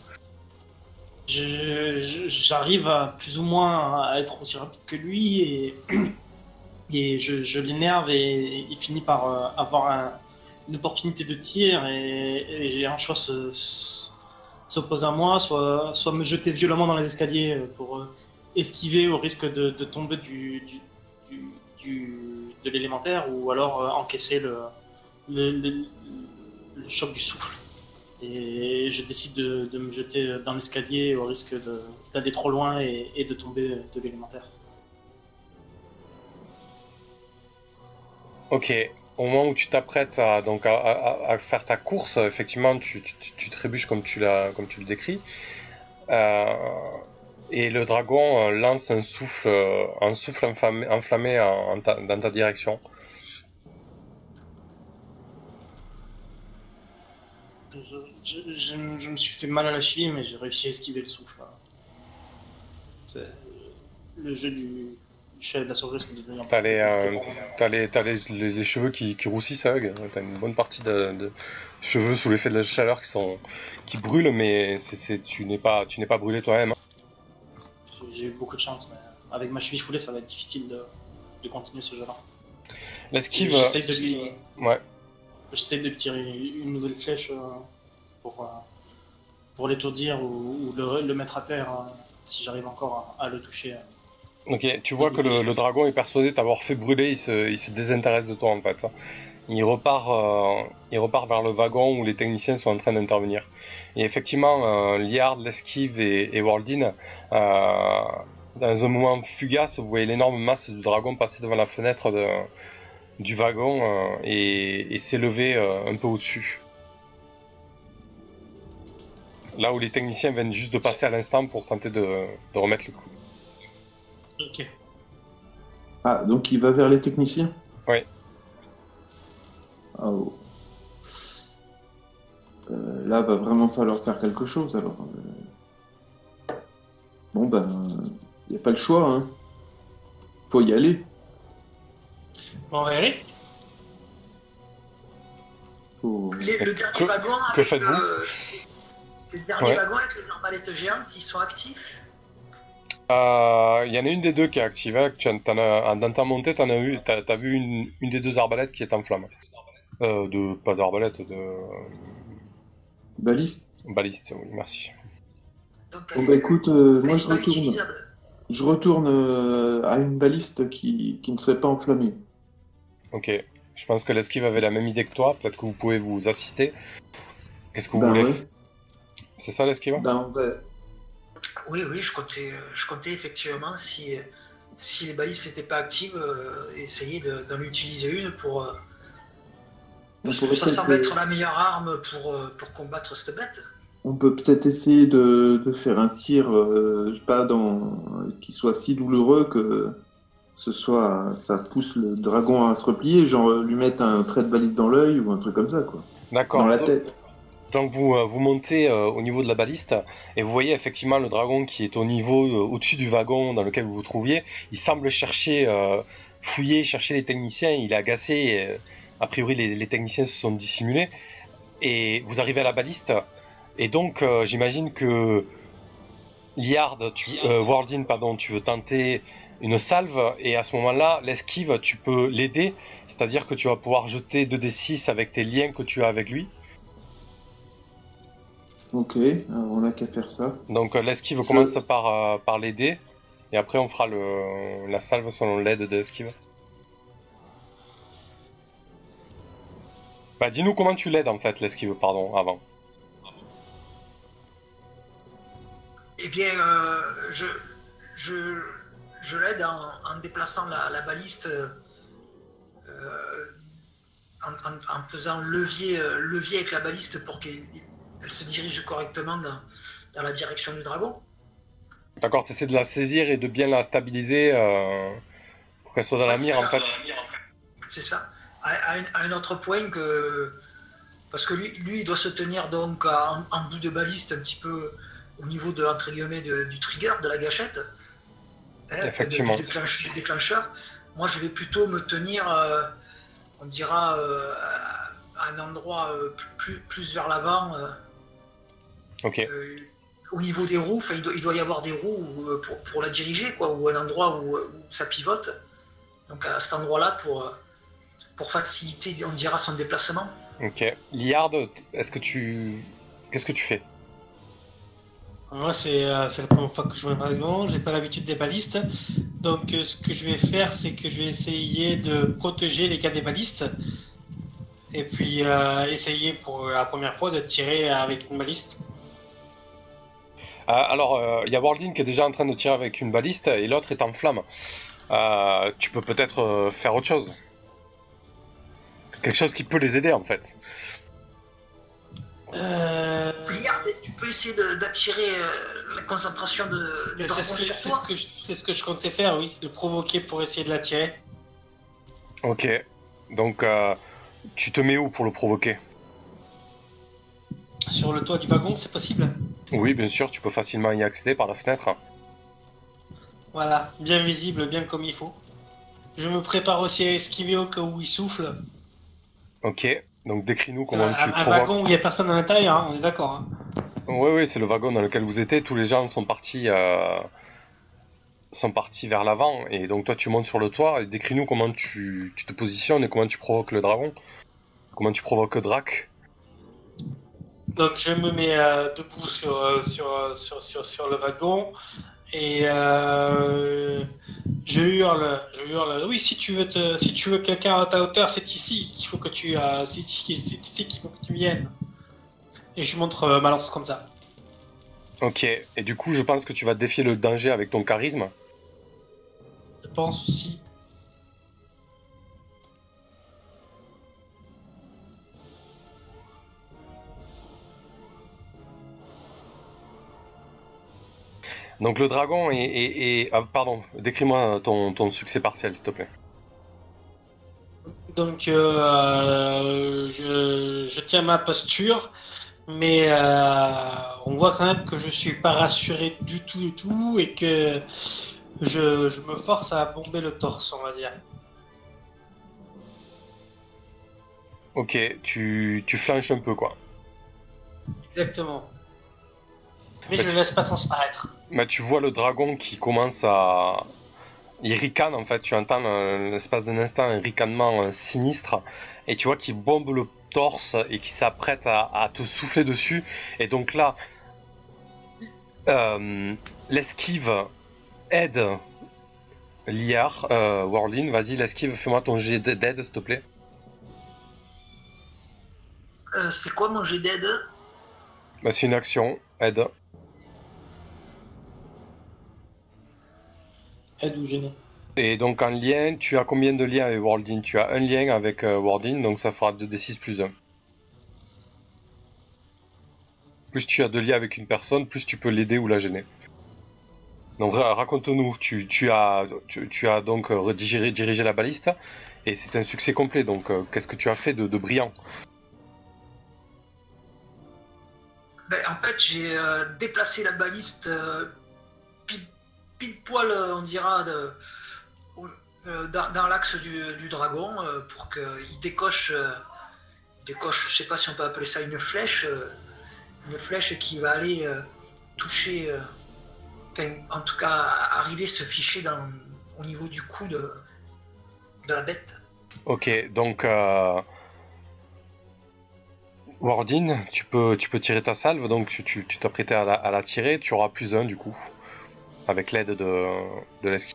Je- je- J'arrive à plus ou moins à être aussi rapide que lui et, et je, je l'énerve et il finit par euh, avoir un- une opportunité de tir et, et j'ai un choix se, se- s'oppose à moi, soit, soit me jeter violemment dans les escaliers pour euh, esquiver au risque de, de tomber du, du, du- du- de l'élémentaire ou alors euh, encaisser le, le, le- le choc du souffle. Et je décide de, de me jeter dans l'escalier au risque de- d'aller trop loin et, et de tomber de l'élémentaire. Ok. Au moment où tu t'apprêtes à, donc à, à- à faire ta course, effectivement, tu, tu, tu- tu trébuches comme tu, l'as, comme tu le décris. Euh, et le dragon euh, lance un souffle, euh, un souffle enflammé, enflammé en- en ta- dans ta direction. Je, je- je- je me suis fait mal à la cheville, mais j'ai réussi à esquiver le souffle. C'est le jeu du, du chef de la surprise qui est devenu un peu T'as les, compliqué euh, pour moi. t'as les, t'as les, les- les cheveux qui, qui roussissent, Hug. T'as une bonne partie de, de cheveux sous l'effet de la chaleur qui sont qui brûlent, mais c'est, c'est, tu n'es pas, tu n'es pas brûlé toi-même. J'ai- J'ai eu beaucoup de chance, mais avec ma cheville foulée, ça va être difficile de, de continuer ce jeu-là. L'esquive, J'essaie de lui, ouais. j'essaie de lui tirer une nouvelle flèche euh, pour, euh, pour l'étourdir ou, ou le, le mettre à terre euh, si j'arrive encore à, à le toucher. Ok, tu vois que le, le dragon est persuadé de t'avoir fait brûler, il se, il se désintéresse de toi en fait. Il repart, euh, il repart vers le wagon où les techniciens sont en train d'intervenir. Et effectivement, euh, Liard, l'esquive et, et Waldin, euh, dans un moment fugace, vous voyez l'énorme masse du dragon passer devant la fenêtre de, du wagon euh, et, et s'élever euh, un peu au-dessus. Là où les techniciens viennent juste de passer à l'instant pour tenter de, de remettre le coup. Ok. Ah, donc il va vers les techniciens? Oui. Ah, oh. Euh, là, va vraiment falloir faire quelque chose alors. Euh, Bon, ben, il n'y a pas le choix, hein. Faut y aller. Bon, on va y aller. Faut... Les- le dernier Que- wagon que avec faites-vous le, le dernier Ouais. wagon avec les arbalètes géantes, ils sont actifs. Euh, Il y en a une des deux qui est activée. Tu en- t'en as- dans ta montée, t'en as vu, t'as, t'as vu une, une des deux arbalètes qui est en flamme. Euh, de, pas d'arbalète, de Baliste. baliste, oui, merci. Donc, Bon, elle bah est- écoute, euh, elle moi est je pas retourne. utilisable. Je retourne euh, à une baliste qui, qui ne serait pas enflammée. Ok. Je pense que l'esquive avait la même idée que toi. Peut-être que vous pouvez vous assister. Qu'est-ce que vous Ben voulez ouais. f- C'est ça l'esquive? Ben, on va- Oui, oui, je comptais, euh, je comptais effectivement, si, si les balises n'étaient pas actives, euh, essayer de- d'en utiliser une pour. euh, on Parce que pourrait ça peut-être, semble euh, être la meilleure arme pour, euh, pour combattre cette bête. On peut peut-être essayer de, de faire un tir, euh, je sais pas, dans, qui soit si douloureux que ce soit, ça pousse le dragon à se replier, genre euh, lui mettre un trait de baliste dans l'œil ou un truc comme ça, quoi. D'accord. Dans la Donc- tête. Donc vous, euh, vous montez euh, au niveau de la baliste et vous voyez effectivement le dragon qui est au niveau, euh, au-dessus du wagon dans lequel vous vous trouviez. Il semble chercher, euh, fouiller, chercher les techniciens. Il est agacé. Et, euh, a priori, les, les techniciens se sont dissimulés. Et vous arrivez à la baliste. Et donc, euh, j'imagine que Liard, tu, euh, Wardin, pardon, tu veux tenter une salve. Et à ce moment-là, l'esquive, tu peux l'aider. C'est-à-dire que tu vas pouvoir jeter deux d six avec tes liens que tu as avec lui. Ok, alors on n'a qu'à faire ça. Donc euh, l'esquive commence par, euh, par les dés, et après on fera le, la salve selon l'aide de l'esquive. Bah dis-nous comment tu l'aides en fait, l'esquive, pardon, avant. Eh bien, euh, je, je, je l'aide en, en déplaçant la, la baliste, euh, en, en, en faisant levier, euh, levier avec la baliste pour qu'elle elle se dirige correctement dans, dans la direction du dragon. D'accord, tu essaies de la saisir et de bien la stabiliser euh, pour qu'elle soit dans Ouais, la c'est mire ça, en fait. dans la mire, en fait. C'est ça. À, à, un, à un autre point que. Parce que lui, lui il doit se tenir donc en, en bout de baliste, un petit peu au niveau de, entre guillemets, de, du trigger, de la gâchette. Hein, Effectivement. Du, déclenche, du déclencheur. Moi, je vais plutôt me tenir, euh, on dira, euh, à un endroit euh, plus, plus vers l'avant. Euh, ok. Euh, au niveau des roues, il doit, il doit y avoir des roues où, pour, pour la diriger, quoi, ou un endroit où, où ça pivote. Donc à cet endroit-là, pour, pour faciliter, on dira, son déplacement. Ok. Liard, est-ce que tu... Qu'est-ce que tu fais? Moi, c'est euh, c'est la première fois que je vois un dragon, j'ai pas l'habitude des balistes. Donc, euh, ce que je vais faire, c'est que je vais essayer de protéger les gars des balistes. Et puis, euh, essayer pour la première fois de tirer avec une baliste. Euh, alors, il euh, y a Wardin qui est déjà en train de tirer avec une baliste et l'autre est en flamme. Euh, tu peux peut-être euh, faire autre chose. Quelque chose qui peut les aider en fait. Euh... Regarde, tu peux essayer d'attirer euh, la concentration de, du dragon sur toi. C'est ce, ce que je comptais faire, oui. Le provoquer pour essayer de l'attirer. Ok. Donc, euh, tu te mets où pour le provoquer? Sur le toit du wagon, c'est possible? Oui, bien sûr, tu peux facilement y accéder par la fenêtre. Voilà, bien visible, bien comme il faut. Je me prépare aussi à esquiver au cas où il souffle. Ok, donc décris-nous comment euh, tu un, provoques. Un wagon où il n'y a personne à l'intérieur, hein, on est d'accord. Hein. Oui, oui, c'est le wagon dans lequel vous étiez. Tous les gens sont partis, euh, sont partis vers l'avant. Et donc toi, tu montes sur le toit. Et décris-nous comment tu, tu te positionnes et comment tu provoques le dragon. Comment tu provoques Drac. Donc je me mets euh, debout sur, euh, sur, sur, sur, sur le wagon. Et euh, je hurle, je hurle. Oui, si tu veux te, si tu veux quelqu'un à ta hauteur, c'est ici qu'il faut que tu, euh, c'est ici qu'il faut que tu viennes. Et je montre euh, ma lance comme ça. Ok. Et du coup, je pense que tu vas défier le danger avec ton charisme. Je pense aussi. Donc le dragon est... est, est... Ah, pardon, décris-moi ton, ton succès partiel, s'il te plaît. Donc euh, je, je tiens ma posture, mais euh, on voit quand même que je suis pas rassuré du tout du tout et que je, je me force à bomber le torse, on va dire. Ok, tu, tu flanches un peu, quoi. Exactement. Mais bah, je ne tu... laisse pas transparaître. Bah, tu vois le dragon qui commence à... Il ricane en fait, tu entends euh, l'espace d'un instant un ricanement euh, sinistre et tu vois qu'il bombe le torse et qu'il s'apprête à, à te souffler dessus. Et donc là, euh, l'esquive aide Liard, euh, Warlin, vas-y l'esquive, fais-moi ton jet d'aide s'il te plaît. Euh, c'est quoi mon jet d'aide? Bah, c'est une action, aide. Aide ou gêner. Et donc en lien, tu as combien de liens avec Wardin? Tu as un lien avec euh, Wardin, donc ça fera deux d six plus un. Plus tu as de liens avec une personne, plus tu peux l'aider ou la gêner. Donc raconte-nous, tu, tu, as, tu, tu as donc redirigé dirigé la baliste, et c'est un succès complet, donc euh, qu'est-ce que tu as fait de, de brillant? Ben, en fait, j'ai euh, déplacé la baliste euh, pile, pile poil, on dira, de, euh, dans, dans l'axe du, du dragon euh, pour qu'il décoche, euh, décoche, je sais pas si on peut appeler ça une flèche, euh, une flèche qui va aller euh, toucher, euh, enfin, en tout cas arriver se ficher dans, au niveau du cou de, de la bête. Ok, donc euh, Wardin, tu peux, tu peux tirer ta salve, donc tu, tu, tu t'apprêtais à la, à la tirer, tu auras plus un du coup, avec l'aide de, de l'esquive.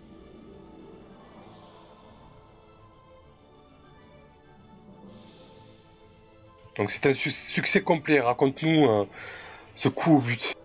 Donc c'est un su- succès complet, raconte-nous euh, ce coup au but.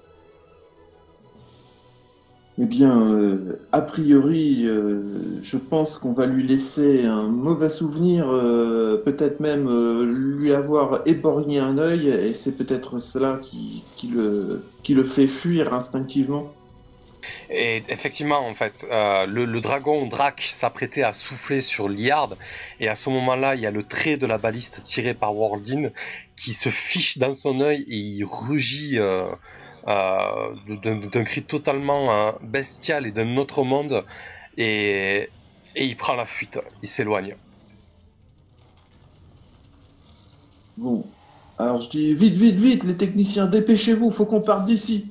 Eh bien, euh, a priori, euh, je pense qu'on va lui laisser un mauvais souvenir, euh, peut-être même euh, lui avoir éborgné un œil, et c'est peut-être cela qui, qui le, qui le fait fuir instinctivement. Et effectivement, en fait, euh, le, le dragon Drac s'apprêtait à souffler sur Liard, et à ce moment-là, il y a le trait de la baliste tiré par Wardin qui se fiche dans son œil et il rugit euh, euh, d'un, d'un cri totalement euh, bestial et d'un autre monde, et, et il prend la fuite, il s'éloigne. Bon, alors je dis vite, vite, vite, les techniciens, dépêchez-vous, faut qu'on parte d'ici.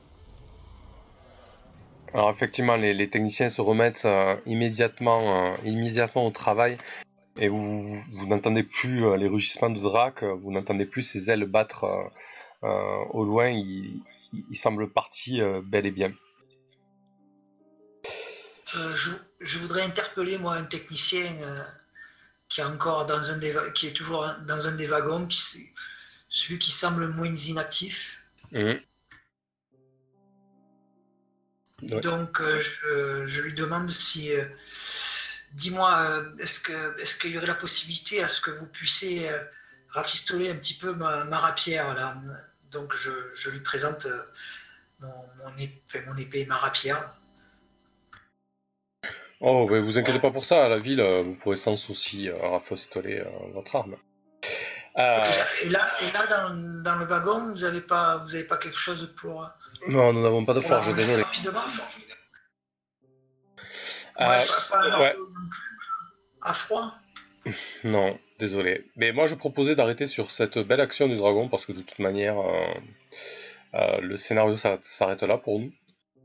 Alors effectivement, les, les techniciens se remettent euh, immédiatement, euh, immédiatement au travail. Et vous, vous, vous n'entendez plus euh, les rugissements de Drac, euh, vous n'entendez plus ses ailes battre euh, euh, au loin, il, il, il semble parti euh, bel et bien. Euh, je, je voudrais interpeller moi un technicien euh, qui est encore dans un des va- qui est toujours dans un des wagons, qui c'est celui qui semble le moins inactif. Mmh. Et Ouais. donc euh, je, je lui demande si euh, dis-moi, euh, est-ce que est-ce qu'il y aurait la possibilité à ce que vous puissiez euh, rafistoler un petit peu ma, ma rapière là. Donc je, je lui présente euh, mon, mon, épée, mon épée et ma rapière. Oh, mais vous inquiétez pas pour ça, à la ville, euh, vous pourrez sans souci euh, rafistoler euh, votre arme. Euh, Et là, et là dans, dans le wagon, vous n'avez pas, vous avez pas quelque chose pour, non, nous n'avons pas de pour la forge, ranger désolé. rapidement. Euh, Ouais, pas, pas ouais. non plus à froid. Non, désolé. Mais moi, je proposais d'arrêter sur cette belle action du dragon, parce que de toute manière, euh, euh, le scénario ça- s'arrête là pour nous.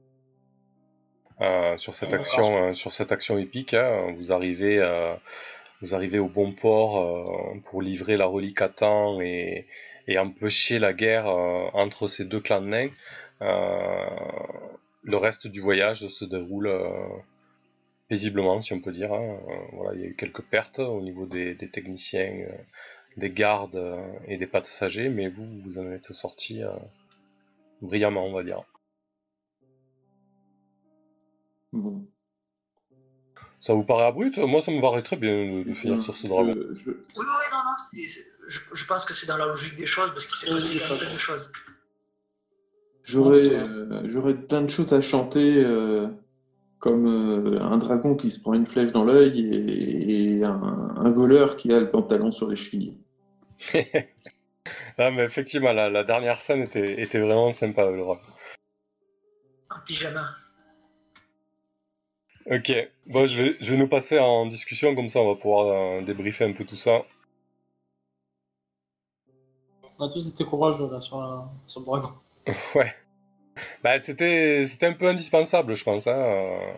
Euh, sur cette action, euh, sur cette action épique, hein, vous arrivez, euh, vous arrivez au bon port euh, pour livrer la relique à temps et, et empêcher la guerre euh, entre ces deux clans de nains. Euh, le reste du voyage se déroule euh, paisiblement, si on peut dire. Hein. Euh, voilà, il y a eu quelques pertes au niveau des, des techniciens, euh, des gardes euh, et des passagers, mais vous, vous en êtes sortis euh, brillamment, on va dire. Bon. Ça vous paraît abrupt? Moi, ça me paraît très bien de, de Eh finir bien, sur ce dragon. je- je- Oui, oui, non, non. c'est- c'est- je, je pense que c'est dans la logique des choses parce qu'il s'est Oui, passé oui, plein ça, de choses. J'aurais euh, j'aurais plein de choses à chanter, euh, comme euh, un dragon qui se prend une flèche dans l'œil et, et un, un voleur qui a le pantalon sur les chevilles. Ah, mais effectivement, la, la dernière scène était, était vraiment sympa, le roi. En pyjama. Ok, bon, je vais, je vais nous passer en discussion, comme ça on va pouvoir euh, débriefer un peu tout ça. On a tous été courageux là sur, la... sur le dragon. Ouais. Bah, c'était, c'était un peu indispensable, je pense. Hein. euh.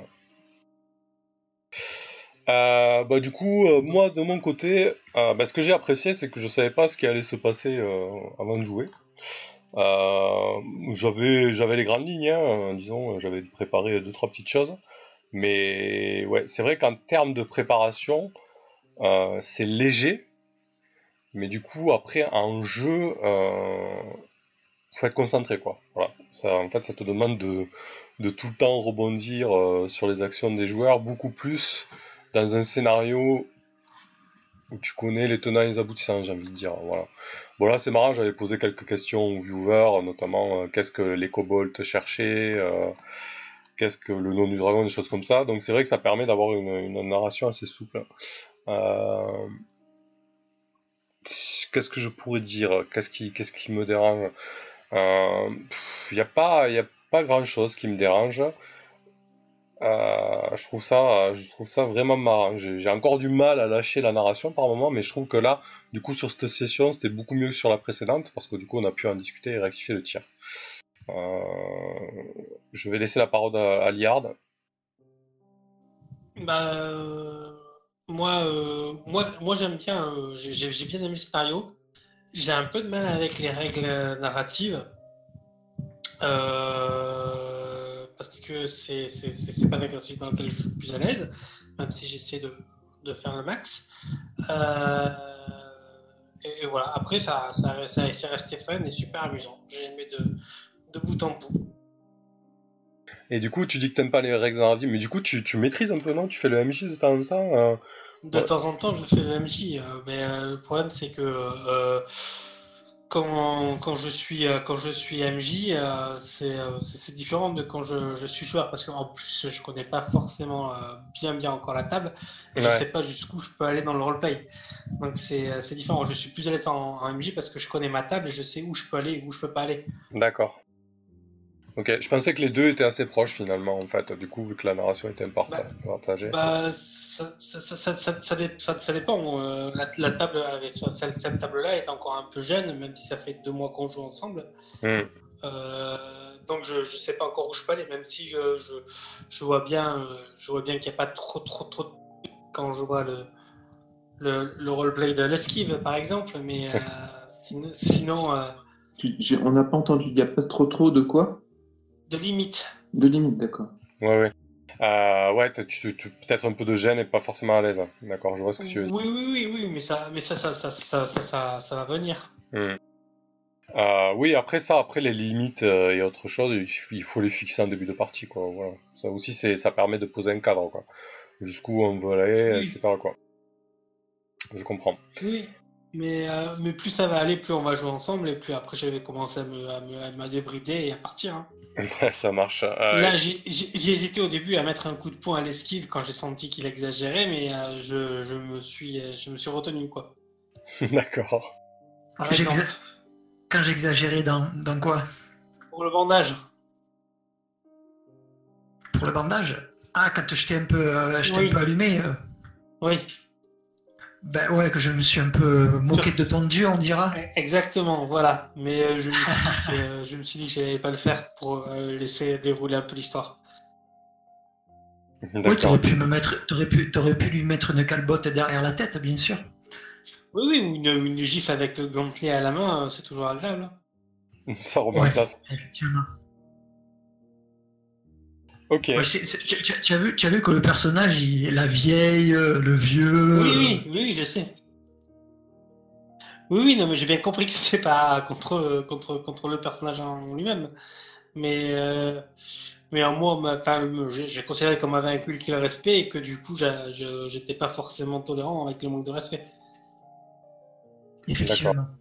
Euh, bah, du coup, euh, moi, de mon côté, euh, bah, ce que j'ai apprécié, c'est que je savais pas ce qui allait se passer euh, avant de jouer. Euh, j'avais, j'avais les grandes lignes, hein, disons, j'avais préparé deux, trois petites choses. Mais ouais, c'est vrai qu'en termes de préparation, euh, c'est léger. Mais du coup, après, en jeu, euh, faut être concentré, quoi. Voilà. Ça, en fait, ça te demande de, de tout le temps rebondir euh, sur les actions des joueurs, beaucoup plus dans un scénario où tu connais les tenants et les aboutissants, j'ai envie de dire. Voilà. Bon, là, c'est marrant, j'avais posé quelques questions aux viewers, notamment euh, qu'est-ce que les kobolds cherchaient, euh, qu'est-ce que le nom du dragon, des choses comme ça. Donc, c'est vrai que ça permet d'avoir une, une narration assez souple. Euh, Qu'est-ce que je pourrais dire? Qu'est-ce qui, qu'est-ce qui me dérange? Il euh, n'y a pas, y a pas grand-chose qui me dérange. Euh, je trouve ça, je trouve ça vraiment marrant. J'ai j'ai encore du mal à lâcher la narration par moment, mais je trouve que là, du coup, sur cette session, c'était beaucoup mieux que sur la précédente, parce que du coup, on a pu en discuter et rectifier le tir. Euh, je vais laisser la parole à, à Liard. Bah, euh, moi, euh, moi, moi j'aime bien, euh, j'ai j'ai- j'ai bien aimé le scénario. j'ai un peu de mal avec les règles narratives. Euh, parce que c'est, c'est, c'est, c'est pas un exercice dans lequel je suis plus à l'aise, même si j'essaie de, de faire le max. Euh, et, et voilà, après, ça, ça, ça, c'est resté fun et super amusant. J'ai aimé de, de bout en bout. Et du coup, tu dis que t'aimes pas les règles narratives, mais du coup, tu, tu maîtrises un peu, non? Tu fais le M J de temps en temps euh... De ouais. temps en temps, je fais le M J, euh, mais euh, le problème, c'est que euh, quand, quand, je suis, euh, quand je suis M J, euh, c'est, euh, c'est, c'est différent de quand je, je suis joueur, parce qu'en plus, je connais pas forcément euh, bien bien encore la table, et ouais. je sais pas jusqu'où je peux aller dans le roleplay. Donc c'est, c'est différent. Je suis plus à l'aise en, en M J parce que je connais ma table et je sais où je peux aller et où je peux pas aller. D'accord. Ok, je pensais que les deux étaient assez proches finalement, en fait, du coup, vu que la narration était partagée. Bah, bah ça, ça, ça, ça, ça, ça, ça, ça dépend. Euh, la, la table avec cette, cette table-là est encore un peu jeune, même si ça fait deux mois qu'on joue ensemble. Mm. Euh, donc je, je sais pas encore où je peux aller, même si euh, je, je vois bien, je vois bien qu'il n'y a pas trop, trop, trop de... quand je vois le, le, le roleplay de l'esquive, par exemple, mais euh, sinon, sinon euh... on n'a pas entendu. Il n'y a pas trop, trop de quoi? De limites. De limites, d'accord. Ouais, ouais. Euh, ouais, tu, tu, tu peut-être un peu de gêne et pas forcément à l'aise. Hein. D'accord, je vois ce que tu veux dire. Oui, oui, oui, oui, mais ça, mais ça, ça, ça, ça, ça, ça, ça va venir. Mmh. Euh, oui, après ça, après les limites euh, et autre chose, il, il faut les fixer en début de partie, quoi. Voilà. Ça aussi, c'est, ça permet de poser un cadre, quoi. Jusqu'où on veut aller, oui. et cetera, quoi. Je comprends. Oui. Mais, euh, mais plus ça va aller, plus on va jouer ensemble, et plus après je vais commencer à me, à me, à me débrider et à partir. Hein. Ouais, ça marche. Euh, Là, j'ai, j'ai, j'ai hésité au début à mettre un coup de poing à l'esquive quand j'ai senti qu'il exagérait, mais euh, je, je, me suis, je me suis retenu, quoi. D'accord. Quand, j'exa... quand j'exagérais dans, dans quoi? Pour le bandage. Pour le bandage? Ah, quand je t'ai un peu, euh, je t'ai oui. un peu allumé. Euh... Oui. Ben ouais, que je me suis un peu moqué de ton dieu, on dira. Exactement, voilà. Mais euh, je, me suis dit que, euh, je me suis dit que j'allais pas le faire pour euh, laisser dérouler un peu l'histoire. Oui, t'aurais pu me mettre, t'aurais pu, t'aurais pu lui mettre une calbotte derrière la tête, bien sûr. Oui, oui, ou une, une gifle avec le gantelet à la main, c'est toujours agréable. Ça remet en place. Effectivement. Ok. Ouais, c'est, c'est, tu, tu, as vu, tu as vu que le personnage, il, la vieille, le vieux. Oui, oui, oui, je sais. Oui, oui, non, mais j'ai bien compris que c'était pas contre, contre, contre le personnage en lui-même. Mais, euh, mais en moi, enfin, j'ai, j'ai considéré qu'on m'avait inculqué le respect et que du coup, j'ai, je, j'étais pas forcément tolérant avec le manque de respect. Effectivement. D'accord.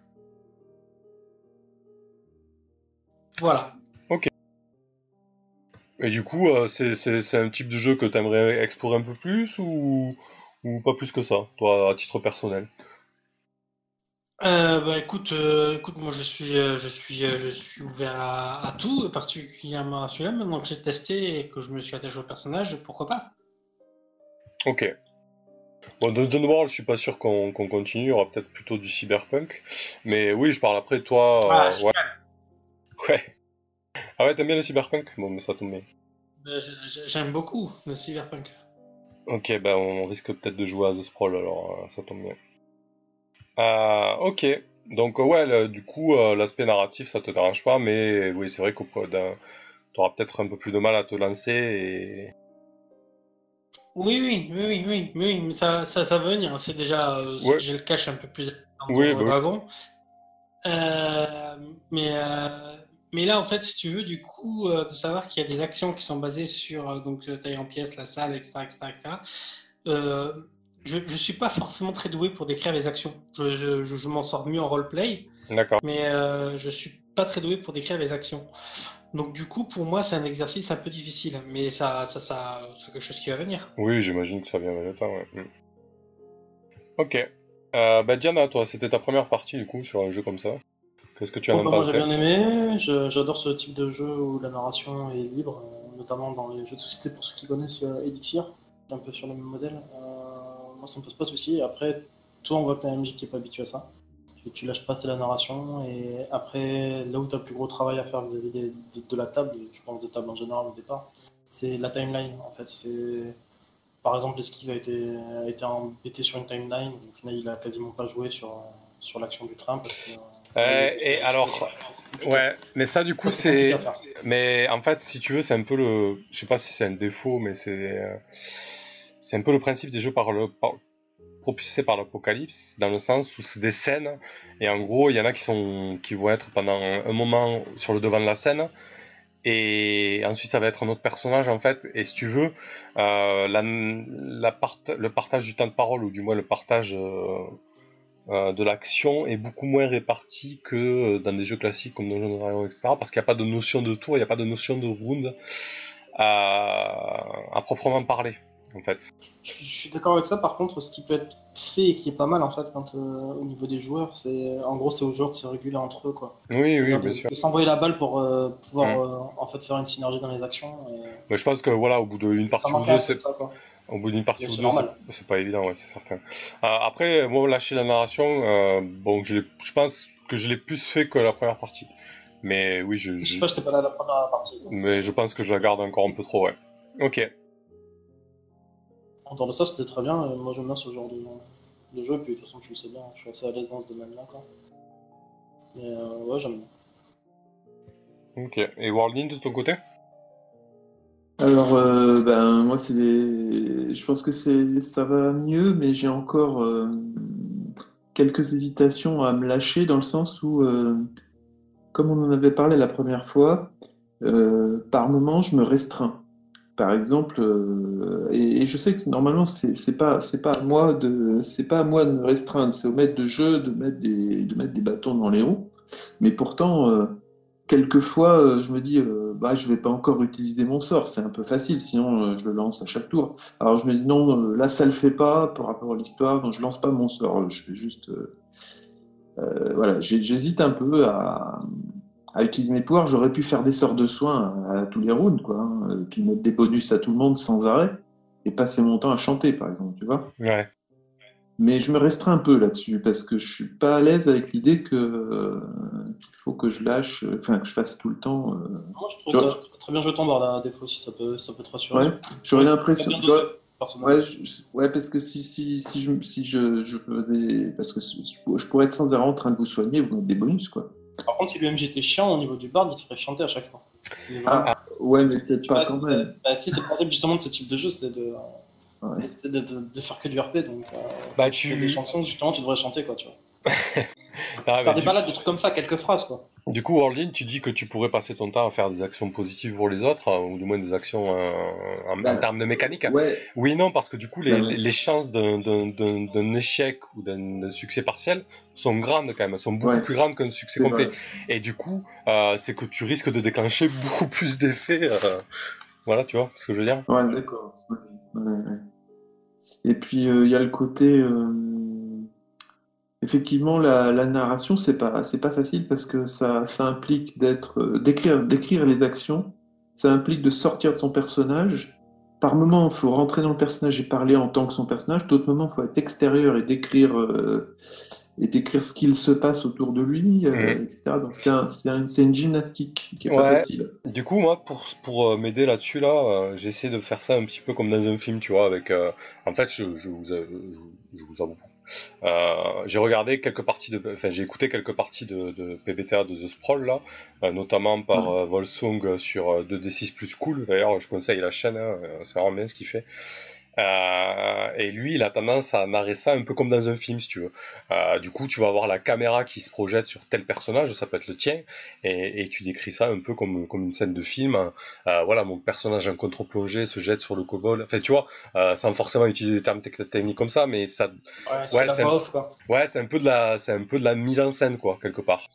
Voilà. Ok. Et du coup, euh, c'est, c'est, c'est un type de jeu que tu aimerais explorer un peu plus ou, ou pas plus que ça, toi, à titre personnel? Euh, bah écoute, euh, écoute, moi je suis, euh, je suis, euh, je suis ouvert à, à tout, particulièrement à celui-là. Maintenant que j'ai testé et que je me suis attaché au personnage, pourquoi pas? Ok. Bon, Dungeon World, je suis pas sûr qu'on, qu'on continue. Il y aura peut-être plutôt du cyberpunk. Mais oui, je parle après toi. Ah, euh, ouais. ouais. Ah ouais, t'aimes bien le cyberpunk? Bon, mais ça tombe bien. Bah, j'aime beaucoup le cyberpunk. Ok, ben on risque peut-être de jouer à The Sprawl, alors euh, ça tombe bien. Euh, ok. Donc ouais, le, du coup, euh, l'aspect narratif, ça te dérange pas, mais oui, c'est vrai que t'auras peut-être un peu plus de mal à te lancer et... Oui, oui, oui, oui, oui, oui, mais ça, ça, ça va venir. C'est déjà, euh, ouais. j'ai le cache un peu plus dans oui, le bah dragon. Euh, mais, euh, mais là, en fait, si tu veux, du coup, euh, de savoir qu'il y a des actions qui sont basées sur euh, donc taille en pièces, la salle, et cetera, et cetera, et cetera. Euh, je, je suis pas forcément très doué pour décrire les actions. Je, je, je, je m'en sors mieux en roleplay. D'accord. Mais euh, je suis pas très doué pour décrire les actions. Donc du coup, pour moi, c'est un exercice un peu difficile, mais ça, ça, ça, c'est quelque chose qui va venir. Oui, j'imagine que ça vient avec le temps, ouais. Mm. Ok. Euh, bah Diana, toi, c'était ta première partie, du coup, sur un jeu comme ça. Qu'est-ce que tu en as Bon, bah, moi pensé? j'ai bien aimé, Je- j'adore ce type de jeu où la narration est libre, euh, notamment dans les jeux de société pour ceux qui connaissent euh, Elixir, un peu sur le même modèle. Euh, moi ça me pose pas de soucis. Après, toi on voit que t'es un M J qui est pas habitué à ça. Tu, tu lâches pas, c'est la narration. Et après, là où tu as le plus gros travail à faire vis-à-vis des- de, de la table, et je pense de table en général au départ, c'est la timeline en fait. C'est... Par exemple, l'esquive a été, a été embêté sur une timeline, au final il a quasiment pas joué sur, sur l'action du train parce que. Euh, et alors, ouais, mais ça du coup c'est, mais en fait si tu veux c'est un peu le, je sais pas si c'est un défaut, mais c'est, euh, c'est un peu le principe des jeux par le, par, propulsés par l'apocalypse, dans le sens où c'est des scènes et en gros il y en a qui sont, qui vont être pendant un moment sur le devant de la scène et ensuite ça va être un autre personnage en fait. Et si tu veux, euh, la, la part, le partage du temps de parole ou du moins le partage euh, Euh, de l'action est beaucoup moins répartie que dans des jeux classiques comme Donjons et Dragons, et cetera. Parce qu'il n'y a pas de notion de tour, il n'y a pas de notion de round à, à proprement parler, en fait. Je, je suis d'accord avec ça. Par contre, ce qui peut être fait et qui est pas mal en fait, quand euh, au niveau des joueurs, c'est en gros c'est aux joueurs de se réguler entre eux, quoi. Oui, oui, de, bien sûr. De s'envoyer la balle pour euh, pouvoir mmh. euh, en fait faire une synergie dans les actions. Et... Mais je pense que voilà, au bout d'une partie ou deux, c'est ça, quoi. Au bout d'une partie ou deux, c'est pas évident, ouais, c'est certain. Euh, après, moi, lâcher la narration, euh, bon, je, je pense que je l'ai plus fait que la première partie. Mais oui, je. Je sais pas, j'étais pas là la première partie. Donc. Mais je pense que je la garde encore un peu trop, ouais. Ok. En dehors de ça, c'était très bien. Et moi, j'aime bien ce genre de, de jeu. Et puis, de toute façon, tu le sais bien, je suis assez à l'aise dans ce domaine-là, quoi. Mais euh, ouais, j'aime bien. Ok. Et Worldin, de ton côté? Alors, euh, ben, moi, c'est les... je pense que c'est, ça va mieux, mais j'ai encore euh, quelques hésitations à me lâcher dans le sens où, euh, comme on en avait parlé la première fois, euh, par moment, je me restreins. Par exemple, euh, et, et je sais que normalement, c'est, c'est pas, c'est pas à moi de, c'est pas à moi de me restreindre, c'est au maître de jeu de mettre des, de mettre des bâtons dans les roues. Mais pourtant, euh, quelquefois, euh, je me dis, euh, bah, je vais pas encore utiliser mon sort, c'est un peu facile, sinon euh, je le lance à chaque tour. Alors je me dis, non, euh, là, ça le fait pas par rapport à l'histoire, donc je lance pas mon sort, je fais juste... Euh, euh, voilà, j'hésite un peu à, à utiliser mes pouvoirs. J'aurais pu faire des sorts de soins à, à tous les rounds, quoi, hein, et puis mettre des bonus à tout le monde sans arrêt, et passer mon temps à chanter, par exemple, tu vois. Ouais. Mais je me restreins un peu là-dessus parce que je suis pas à l'aise avec l'idée que euh, qu'il faut que je lâche, enfin que je fasse tout le temps. Euh... Moi, je trouve que tu as très bien joué ton bord là, des fois si ça peut, ça peut te rassurer. Ouais. J'aurais l'impression. Doté, ouais, je, ouais, parce que si si si je si je, je faisais, parce que je pourrais être sans arrêt en train de vous soigner, vous mettre des bonus, quoi. Par contre, si l'U M J était chiant au niveau du bard, il te ferait chanter à chaque fois. Ah, ah, ouais, mais peut-être pas quand même. Bah, si, c'est le principe justement de ce type de jeu, c'est de. Ouais. C'est de, de, de faire que du R P, donc euh, bah, tu tu fais des chansons, justement, tu devrais chanter, quoi, tu vois. ah, faire des du... balades, des trucs comme ça, quelques phrases, quoi. Du coup, Worldin, tu dis que tu pourrais passer ton temps à faire des actions positives pour les autres, hein, ou du moins des actions euh, en, bah, en termes de mécanique. Ouais. Oui, non, parce que du coup, les, bah, ouais. les chances d'un échec ou d'un succès partiel sont grandes quand même, sont beaucoup ouais. plus grandes qu'un succès complet. Vrai. Et du coup, euh, c'est que tu risques de déclencher beaucoup plus d'effets. Euh, voilà, tu vois ce que je veux dire? Ouais, d'accord. Ouais, ouais. Et puis il euh, y a le côté, euh, effectivement, la, la narration, c'est pas, c'est pas facile parce que ça, ça implique d'être, euh, d'écrire, d'écrire les actions, ça implique de sortir de son personnage. Par moments, il faut rentrer dans le personnage et parler en tant que son personnage. D'autres moments, il faut être extérieur et décrire, euh, et décrire ce qu'il se passe autour de lui, euh, mmh. et cetera. Donc c'est un, c'est un, c'est une gymnastique qui est ouais. pas facile. Du coup, moi, pour, pour m'aider là-dessus, là, euh, j'ai essayé de faire ça un petit peu comme dans un film, tu vois, avec... Euh, en fait, je, je, vous, je, je vous avoue. Euh, j'ai regardé quelques parties de... Enfin, j'ai écouté quelques parties de, de P B T A de The Sprawl, là, euh, notamment par mmh. euh, Volsung sur deux D six plus cool. D'ailleurs, je conseille la chaîne, hein, c'est vraiment bien ce qu'il fait. Euh, et lui, il a tendance à narrer ça un peu comme dans un film, si tu veux. Euh, du coup, tu vas avoir la caméra qui se projette sur tel personnage, ça peut être le tien, et, et tu décris ça un peu comme, comme une scène de film. Euh, voilà, mon personnage en contre-plongée se jette sur le kobold. Enfin, tu vois, euh, sans forcément utiliser des termes techniques comme ça, mais ça. Ouais, c'est ouais, un... off, quoi. Ouais, c'est un peu de la, c'est un peu de la mise en scène, quoi, quelque part.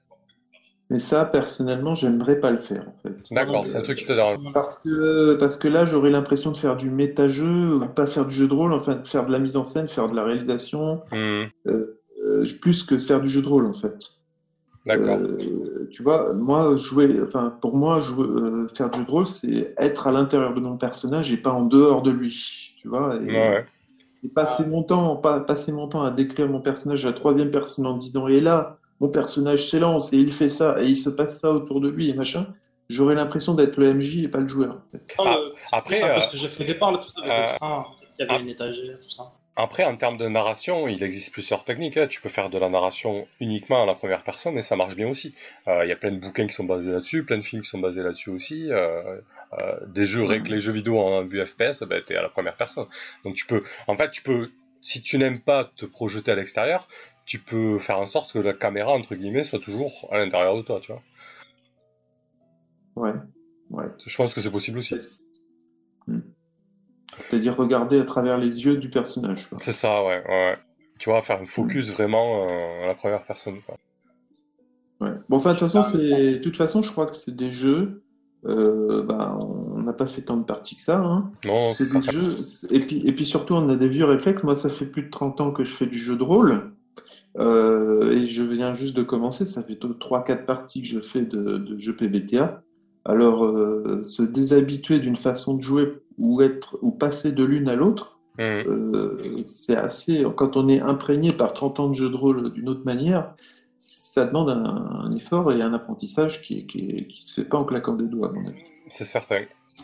Mais ça, personnellement, j'aimerais pas le faire, en fait. D'accord, euh, c'est un truc qui te dérange. Parce que, parce que là, j'aurais l'impression de faire du méta-jeu, pas faire du jeu de rôle, enfin, de faire de la mise en scène, faire de la réalisation, mmh. euh, euh, plus que de faire du jeu de rôle, en fait. D'accord. Euh, tu vois, moi, jouer, enfin, pour moi, jouer, euh, faire du jeu de rôle, c'est être à l'intérieur de mon personnage et pas en dehors de lui, tu vois. Et, ouais. et passer mon temps, pas, passer mon temps à décrire mon personnage à la troisième personne en disant, et là, mon personnage s'élance et il fait ça et il se passe ça autour de lui et machin, j'aurais l'impression d'être le M J et pas le joueur. En fait. Ah, le... Après, ça, euh... parce que j'ai fait le départ là, tout ça avec euh... le train, il y avait ah. une étagère, tout ça. Après, en termes de narration, il existe plusieurs techniques, hein. Tu peux faire de la narration uniquement à la première personne et ça marche bien aussi. Euh, Il y a plein de bouquins qui sont basés là-dessus, plein de films qui sont basés là-dessus aussi. Euh, euh, des jeux, rien que les jeux vidéo en vue F P S, ben, t'es à la première personne. Donc tu peux, en fait, tu peux, si tu n'aimes pas te projeter à l'extérieur, tu peux faire en sorte que la caméra, entre guillemets, soit toujours à l'intérieur de toi, tu vois. Ouais, ouais. Je pense que c'est possible aussi. Hmm. C'est-à-dire regarder à travers les yeux du personnage, quoi. C'est ça, ouais, ouais. Tu vois, faire un focus vraiment euh, à la première personne, quoi. Ouais. Bon, enfin, de toute façon, c'est, de toute façon, je crois que c'est des jeux. Euh, bah, on n'a pas fait tant de parties que ça, hein. Non, C'est c'est des certain. jeux. Et puis, et puis surtout, on a des vieux réflexes. Moi, ça fait plus de trente ans que je fais du jeu de rôle. Euh, et je viens juste de commencer. Ça fait trois quatre parties que je fais de, de jeux P B T A. Alors, euh, se déshabituer d'une façon de jouer ou être ou passer de l'une à l'autre, Mmh. euh, c'est assez. Quand on est imprégné par trente ans de jeu de rôle d'une autre manière, ça demande un, un effort et un apprentissage qui, qui, qui se fait pas en claquant des doigts, à mon avis. C'est certain.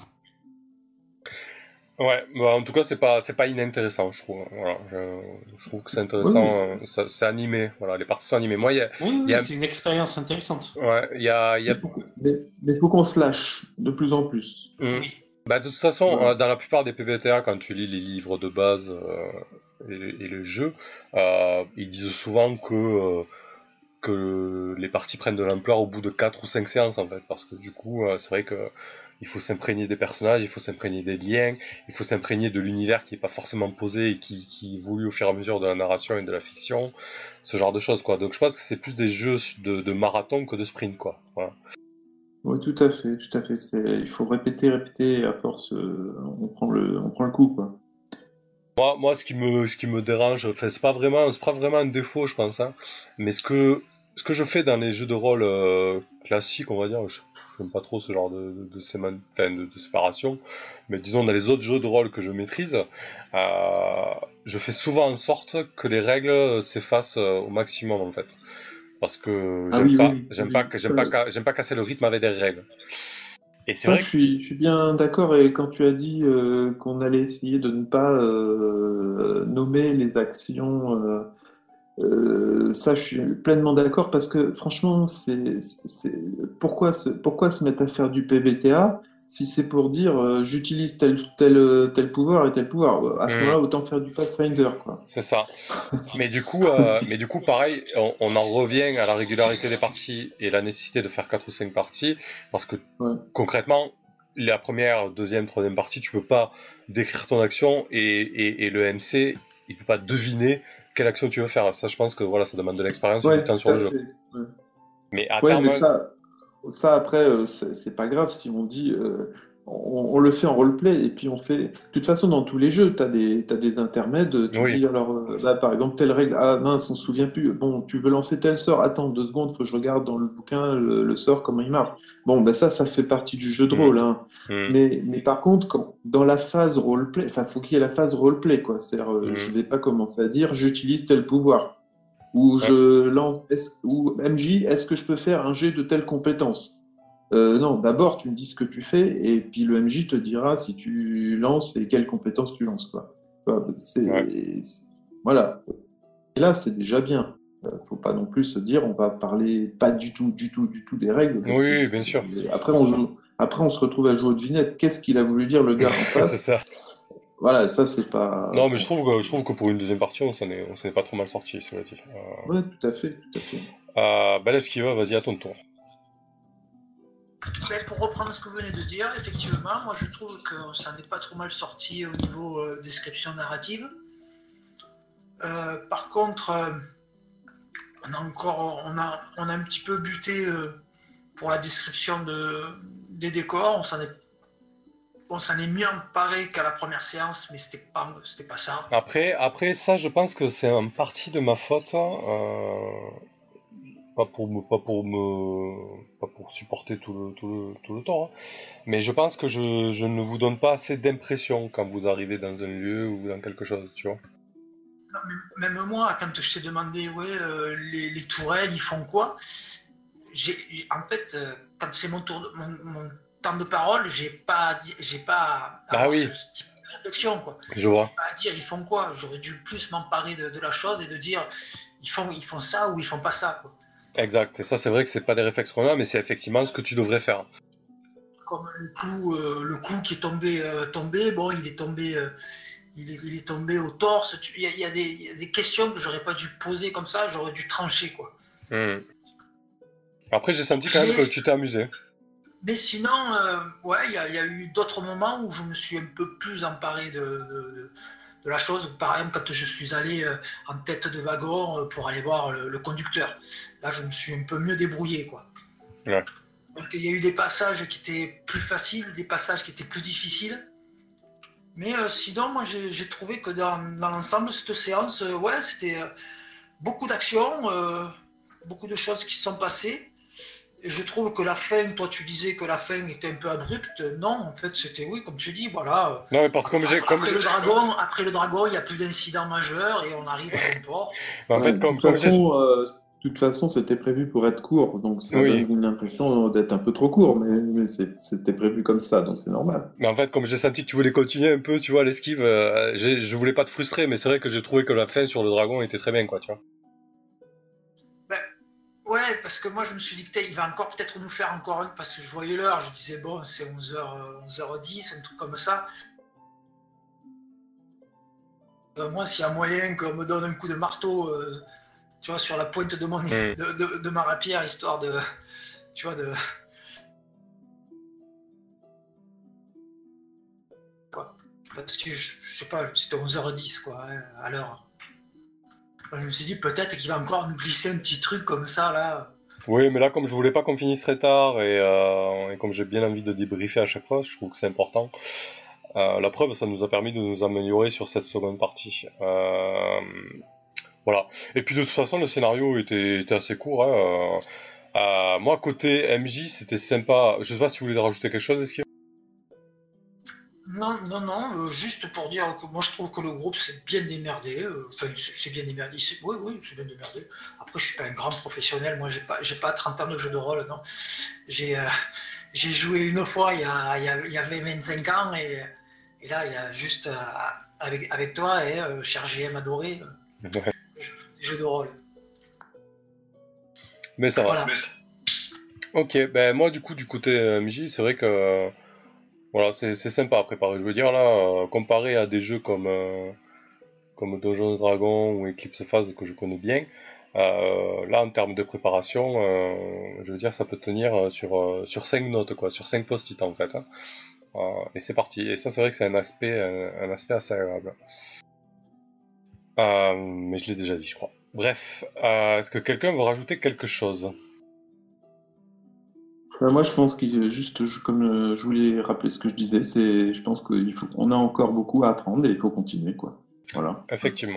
Ouais, bah en tout cas, c'est pas, c'est pas inintéressant, je trouve. Voilà, je, je trouve que c'est intéressant. Oui, euh, ça- c'est animé. Voilà, les parties sont animées. Moi, il y a, Oui, il oui, y a, c'est une expérience intéressante. ouais, il y a, il y a, Mais il faut qu'on se lâche de plus en plus. Hum. Oui. Bah, de toute façon, Ouais. euh, dans la plupart des P B T A, quand tu lis les livres de base euh, et, et les jeux, euh, ils disent souvent que, euh, que les parties prennent de l'ampleur au bout de quatre ou cinq séances, en fait, parce que du coup, euh, c'est vrai que il faut s'imprégner des personnages, il faut s'imprégner des liens, il faut s'imprégner de l'univers qui n'est pas forcément posé et qui, qui évolue au fur et à mesure de la narration et de la fiction, ce genre de choses, quoi. Donc je pense que c'est plus des jeux de, de marathon que de sprint, quoi. Voilà. Oui, tout à fait, tout à fait. C'est, il faut répéter, répéter, et à force, euh, on prend le, on prend le coup, quoi. Moi, moi, ce qui me, ce qui me dérange, enfin, c'est pas vraiment, c'est pas vraiment un défaut, je pense, hein, mais ce que, ce que je fais dans les jeux de rôle euh, classiques, on va dire, je j'aime pas trop ce genre de, de, de, séman- enfin, de, de séparation, mais disons dans les autres jeux de rôle que je maîtrise, euh, je fais souvent en sorte que les règles s'effacent euh, au maximum, en fait, parce que Ah j'aime oui, pas, oui, j'aime oui. pas, que- j'aime pas, Ça, ca- j'aime pas casser le rythme avec des règles. Et c'est ça, vrai je que suis, je suis bien d'accord. Et quand tu as dit euh, qu'on allait essayer de ne pas euh, nommer les actions, euh, euh, ça, je suis pleinement d'accord parce que franchement, c'est, c'est, pourquoi se, pourquoi se mettre à faire du P B T A si c'est pour dire euh, j'utilise tel, tel, tel pouvoir et tel pouvoir. À ce hmm, moment-là, autant faire du Pathfinder, quoi. c'est ça. Mais du coup, euh, mais du coup, pareil, on, on en revient à la régularité des parties et la nécessité de faire quatre ou cinq parties, parce que Ouais. concrètement, la première, deuxième, troisième partie, tu peux pas décrire ton action et, et, et le M C, il peut pas deviner quelle action tu veux faire. Ça, je pense que voilà, ça demande de l'expérience et du Ouais, temps tout sur le à jeu. fait. Ouais. Mais à Ouais, terme, mais ça, ça après, euh, c'est c'est pas grave si on dit, euh, on, on le fait en roleplay et puis on fait. De toute façon, dans tous les jeux, t'as des, t'as des intermèdes. Tu oui, dis alors euh, là, par exemple, telle règle. Ah mince, on se souvient plus. Bon, tu veux lancer tel sort. Attends deux secondes, faut que je regarde dans le bouquin le, le sort comment il marche. Bon, ben ça, ça fait partie du jeu de Mm. rôle, hein. Mm. Mais, mais par contre, quand, dans la phase roleplay, enfin, faut qu'il y ait la phase roleplay, quoi. C'est-à-dire, euh, Mm. je vais pas commencer à dire j'utilise tel pouvoir. Ou Ouais. je lance, est-ce- ou M J, est-ce que je peux faire un jet de telle compétence? Euh, non, d'abord tu me dis ce que tu fais et puis le M J te dira si tu lances et quelles compétences tu lances, quoi. Enfin, C'est, Ouais. c'est- voilà. Et là, c'est déjà bien. Euh, Faut pas non plus se dire on va parler pas du tout, du tout, du tout des règles parce que Oui, c'est- bien sûr. après on joue, après on se retrouve à jouer aux devinettes. Qu'est-ce qu'il a voulu dire le gars en C'est face? ça. Voilà, ça c'est pas. Non, mais je trouve que, je trouve que pour une deuxième partie, on s'en est, on s'en est pas trop mal sorti, cela dit. Euh, Ouais, tout à fait, tout à fait. euh, bah, l'esquive, vas-y, à ton tour. Ben, pour reprendre ce que vous venez de dire, effectivement, moi je trouve que ça n'est pas trop mal sorti au niveau euh, description narrative. Euh, par contre, euh, on a encore, on a, on a un petit peu buté euh, pour la description de, des décors. On s'en est, on s'en est mieux emparé qu'à la première séance, mais c'était pas, c'était pas ça. Après, après ça, je pense que c'est en partie de ma faute. Euh, pas pour me, pas pour me, pas pour supporter tout le, tout le, tout le temps. Hein. Mais je pense que je, je ne vous donne pas assez d'impression quand vous arrivez dans un lieu ou dans quelque chose, tu vois. Non, mais même moi, quand je t'ai demandé, ouais, euh, les, les tourelles, ils font quoi? J'ai, j'ai- en fait, euh, quand c'est mon tour, de- mon, mon temps de parole, j'ai pas, dit- j'ai pas à Ah avoir oui. ce type réflexion, quoi. Je vois. Pas à dire ils font quoi. J'aurais dû plus m'emparer de, de la chose et de dire ils font, ils font ça ou ils font pas ça, quoi. Exact. Et ça, c'est vrai que c'est pas des réflexes qu'on a, mais c'est effectivement ce que tu devrais faire. Comme le clou, euh, le clou qui est tombé, euh, tombé, bon, il est tombé, euh, il, est, il est tombé au torse. Il y, y, y a des questions que j'aurais pas dû poser comme ça, j'aurais dû trancher, quoi. Mmh. Après, j'ai senti quand même mais, que tu t'es amusé. Mais sinon, euh, ouais, il y, y a eu d'autres moments où je me suis un peu plus emparé de, de, de, de la chose. Par exemple, quand je suis allé euh, en tête de wagon euh, pour aller voir le, le conducteur. Là, je me suis un peu mieux débrouillé, quoi. Ouais. Donc il y a eu des passages qui étaient plus faciles, des passages qui étaient plus difficiles. Mais euh, sinon, moi j'ai trouvé que dans, dans l'ensemble, cette séance, euh, ouais, c'était euh, beaucoup d'actions, euh, beaucoup de choses qui se sont passées. Et je trouve que la fin, toi tu disais que la fin était un peu abrupte. Non, en fait, c'était, oui, comme tu dis, voilà. Non, mais parce que après, comme après, comme le dragon, après le dragon, il n'y a plus d'incidents majeurs et on arrive à bon port. En ouais, fait, comme, de toute façon, euh, de toute façon, c'était prévu pour être court, donc ça oui. donne l'impression d'être un peu trop court, mais, mais c'était prévu comme ça, donc c'est normal. Mais en fait, comme j'ai senti que tu voulais continuer un peu, tu vois, l'esquive, euh, je voulais pas te frustrer, mais c'est vrai que j'ai trouvé que la fin sur le dragon était très bien, quoi, tu vois. Ben, ouais, parce que moi je me suis dit, il va encore peut-être nous faire encore une, parce que je voyais l'heure, je disais, bon, c'est onze heures dix, un truc comme ça. Euh, moi, s'il y a moyen qu'on me donne un coup de marteau, euh, tu vois, sur la pointe de, mon, mmh. de, de, de ma rapière, histoire de, tu vois, de... Quoi. Parce que, je, je sais pas, c'était onze heures dix, quoi, hein, à l'heure. Je me suis dit, peut-être qu'il va encore nous glisser un petit truc comme ça, là. Oui, mais là, comme je voulais pas qu'on finisse très tard, et, euh, et comme j'ai bien envie de débriefer à chaque fois, je trouve que c'est important. Euh, la preuve, ça nous a permis de nous améliorer sur cette seconde partie. Euh, voilà. Et puis de toute façon, le scénario était, était assez court. Hein. Euh, moi, côté M J, c'était sympa. Je sais pas si vous voulez rajouter quelque chose, est-ce que... Non, non, non, euh, juste pour dire que moi je trouve que le groupe s'est bien démerdé. Euh, enfin, c'est bien démerdé. Oui, oui, c'est bien démerdé. Après, je suis pas un grand professionnel. Moi, j'ai pas, j'ai pas trente ans de jeu de rôle, non. J'ai euh, j'ai joué une fois il y, a, il, y a, il y avait vingt-cinq ans et, et là, il y a juste euh, avec, avec toi et euh, cher G M adoré, euh, ouais. jeu de rôle. Mais ça va. Voilà. Ok, ben moi, du coup, du côté M J, c'est vrai que. Voilà, c'est sympa à préparer. Je veux dire, là, euh, comparé à des jeux comme, euh, comme Donjons Dragons ou Eclipse Phase que je connais bien, euh, là, en termes de préparation, euh, je veux dire, ça peut tenir sur, euh, sur cinq notes, quoi, sur cinq post-it en fait. Hein. Euh, et c'est parti. Et ça, c'est vrai que c'est un aspect, un, un aspect assez agréable. Euh, mais je l'ai déjà dit, je crois. Bref, euh, est-ce que quelqu'un veut rajouter quelque chose ? Enfin, moi, je pense qu'il juste, comme je voulais rappeler ce que je disais, c'est, je pense qu'il faut, on a encore beaucoup à apprendre et il faut continuer, quoi. Voilà. Effectivement.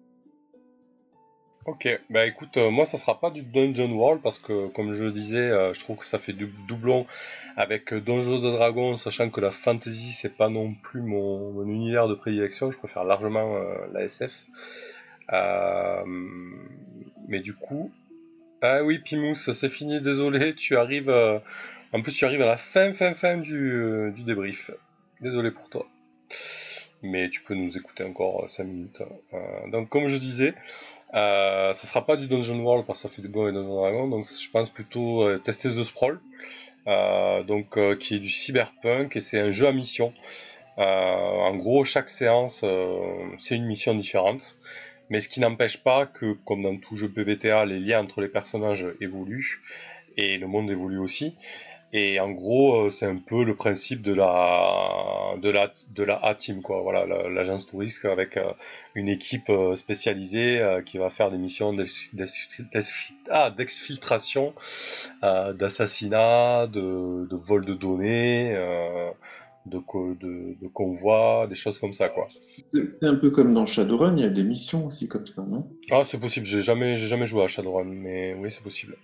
Ok, bah écoute, euh, moi ça sera pas du Dungeon World parce que, comme je le disais, euh, je trouve que ça fait du doublon avec euh, Donjons et Dragons, sachant que la fantasy c'est pas non plus mon, mon univers de prédilection, je préfère largement euh, la S F. Euh, mais du coup, ah oui, Pimous, c'est fini, désolé, tu arrives, euh, en plus tu arrives à la fin, fin, fin du, euh, du débrief. Désolé pour toi. Mais tu peux nous écouter encore cinq minutes. Euh, donc, comme je disais, euh, ça sera pas du Dungeon World parce que ça fait du bon et Dungeon Dragon, donc je pense plutôt euh, tester The Sprawl, euh, donc euh, qui est du cyberpunk et c'est un jeu à mission. Euh, en gros, chaque séance euh, c'est une mission différente, mais ce qui n'empêche pas que, comme dans tout jeu P B T A, les liens entre les personnages évoluent et le monde évolue aussi. Et en gros, c'est un peu le principe de la de la de la A-Team, quoi. Voilà, l'agence touriste avec euh, une équipe euh, spécialisée euh, qui va faire des missions d'exfiltration, euh, d'assassinat, de, de vol de données, euh, de, de, de convois, des choses comme ça, quoi. C'est un peu comme dans Shadowrun, il y a des missions aussi comme ça, non? Ah, c'est possible. J'ai jamais j'ai jamais joué à Shadowrun, mais oui, c'est possible.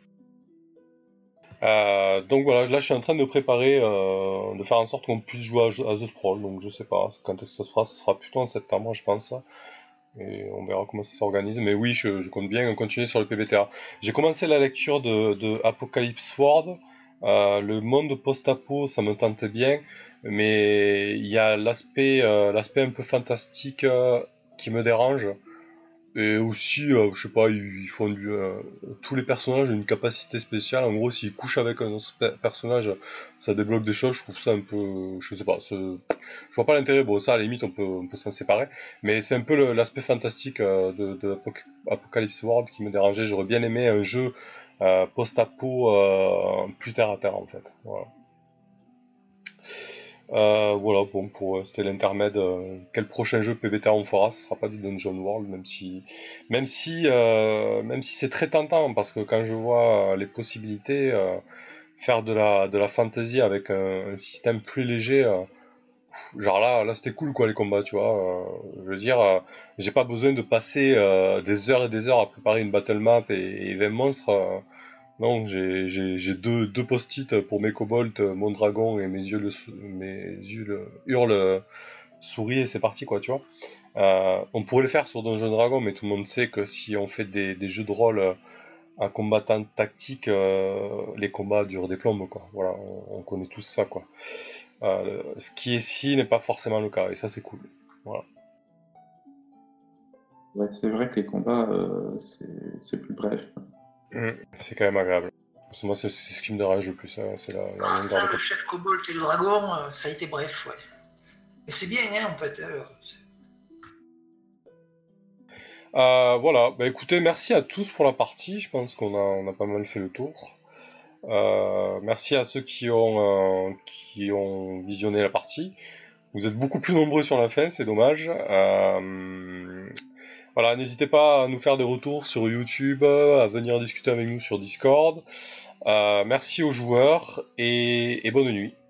Euh, donc voilà, là je suis en train de préparer, euh, de faire en sorte qu'on puisse jouer à, à The Sprawl, donc je sais pas quand est-ce que ça se fera, ça sera plutôt en septembre je pense, et on verra comment ça s'organise, mais oui je, je compte bien continuer sur le P B T A. J'ai commencé la lecture de, de Apocalypse World, euh, le monde post-apo ça me tentait bien, mais il y a l'aspect euh, l'aspect un peu fantastique euh, qui me dérange. Et aussi, euh, je sais pas, ils, ils font du, euh, tous les personnages ont une capacité spéciale. En gros, s'ils couchent avec un autre pe- personnage, ça débloque des choses. Je trouve ça un peu, je sais pas, c'est- je vois pas l'intérêt. Bon, ça, à la limite, on peut, on peut s'en séparer. Mais c'est un peu le- l'aspect fantastique euh, de, de Apoc- Apocalypse World qui me dérangeait. J'aurais bien aimé un jeu euh, post-apo euh, plus terre à terre, en fait. Voilà. Euh, voilà, bon, pour euh, c'était l'intermède. Euh, quel prochain jeu P B T A on fera? Ce sera pas du Dungeon World, même si, même si, euh, même si c'est très tentant, parce que quand je vois euh, les possibilités, euh, faire de la, de la fantasy avec un, un système plus léger, euh, genre là, là c'était cool quoi les combats, tu vois. Euh, je veux dire, euh, j'ai pas besoin de passer euh, des heures et des heures à préparer une battle map et, et vingt monstres. euh, non, j'ai j'ai- j'ai deux, deux post-it pour mes kobolds, euh, mon dragon et mes yeux, le, sou- mes yeux le, hurlent euh, souris et c'est parti quoi, tu vois. Euh, on pourrait le faire sur Donjon Dragon, mais tout le monde sait que si on fait des, des jeux de rôle euh, à combattant tactique, euh, les combats durent des plombes quoi. Voilà, on, on connaît tous ça quoi. Euh, ce qui ici n'est pas forcément le cas et ça c'est cool. Voilà. Ouais, c'est vrai que les combats, euh, c'est c'est plus bref. Mm. C'est quand même agréable. Parce que moi c'est c'est ce qui me dérange le plus, hein, c'est la, la Ah, longueur ça, de le chef Kobold et le dragon, euh, ça a été bref, ouais. Mais c'est bien, hein, en fait. euh, c'est- Euh, voilà, bah écoutez, merci à tous pour la partie. Je pense qu'on a, on a pas mal fait le tour. Euh, merci à ceux qui ont, euh, qui ont visionné la partie. Vous êtes beaucoup plus nombreux sur la fin, c'est dommage. Euh, voilà, n'hésitez pas à nous faire des retours sur YouTube, à venir discuter avec nous sur Discord. Euh, merci aux joueurs et, et bonne nuit.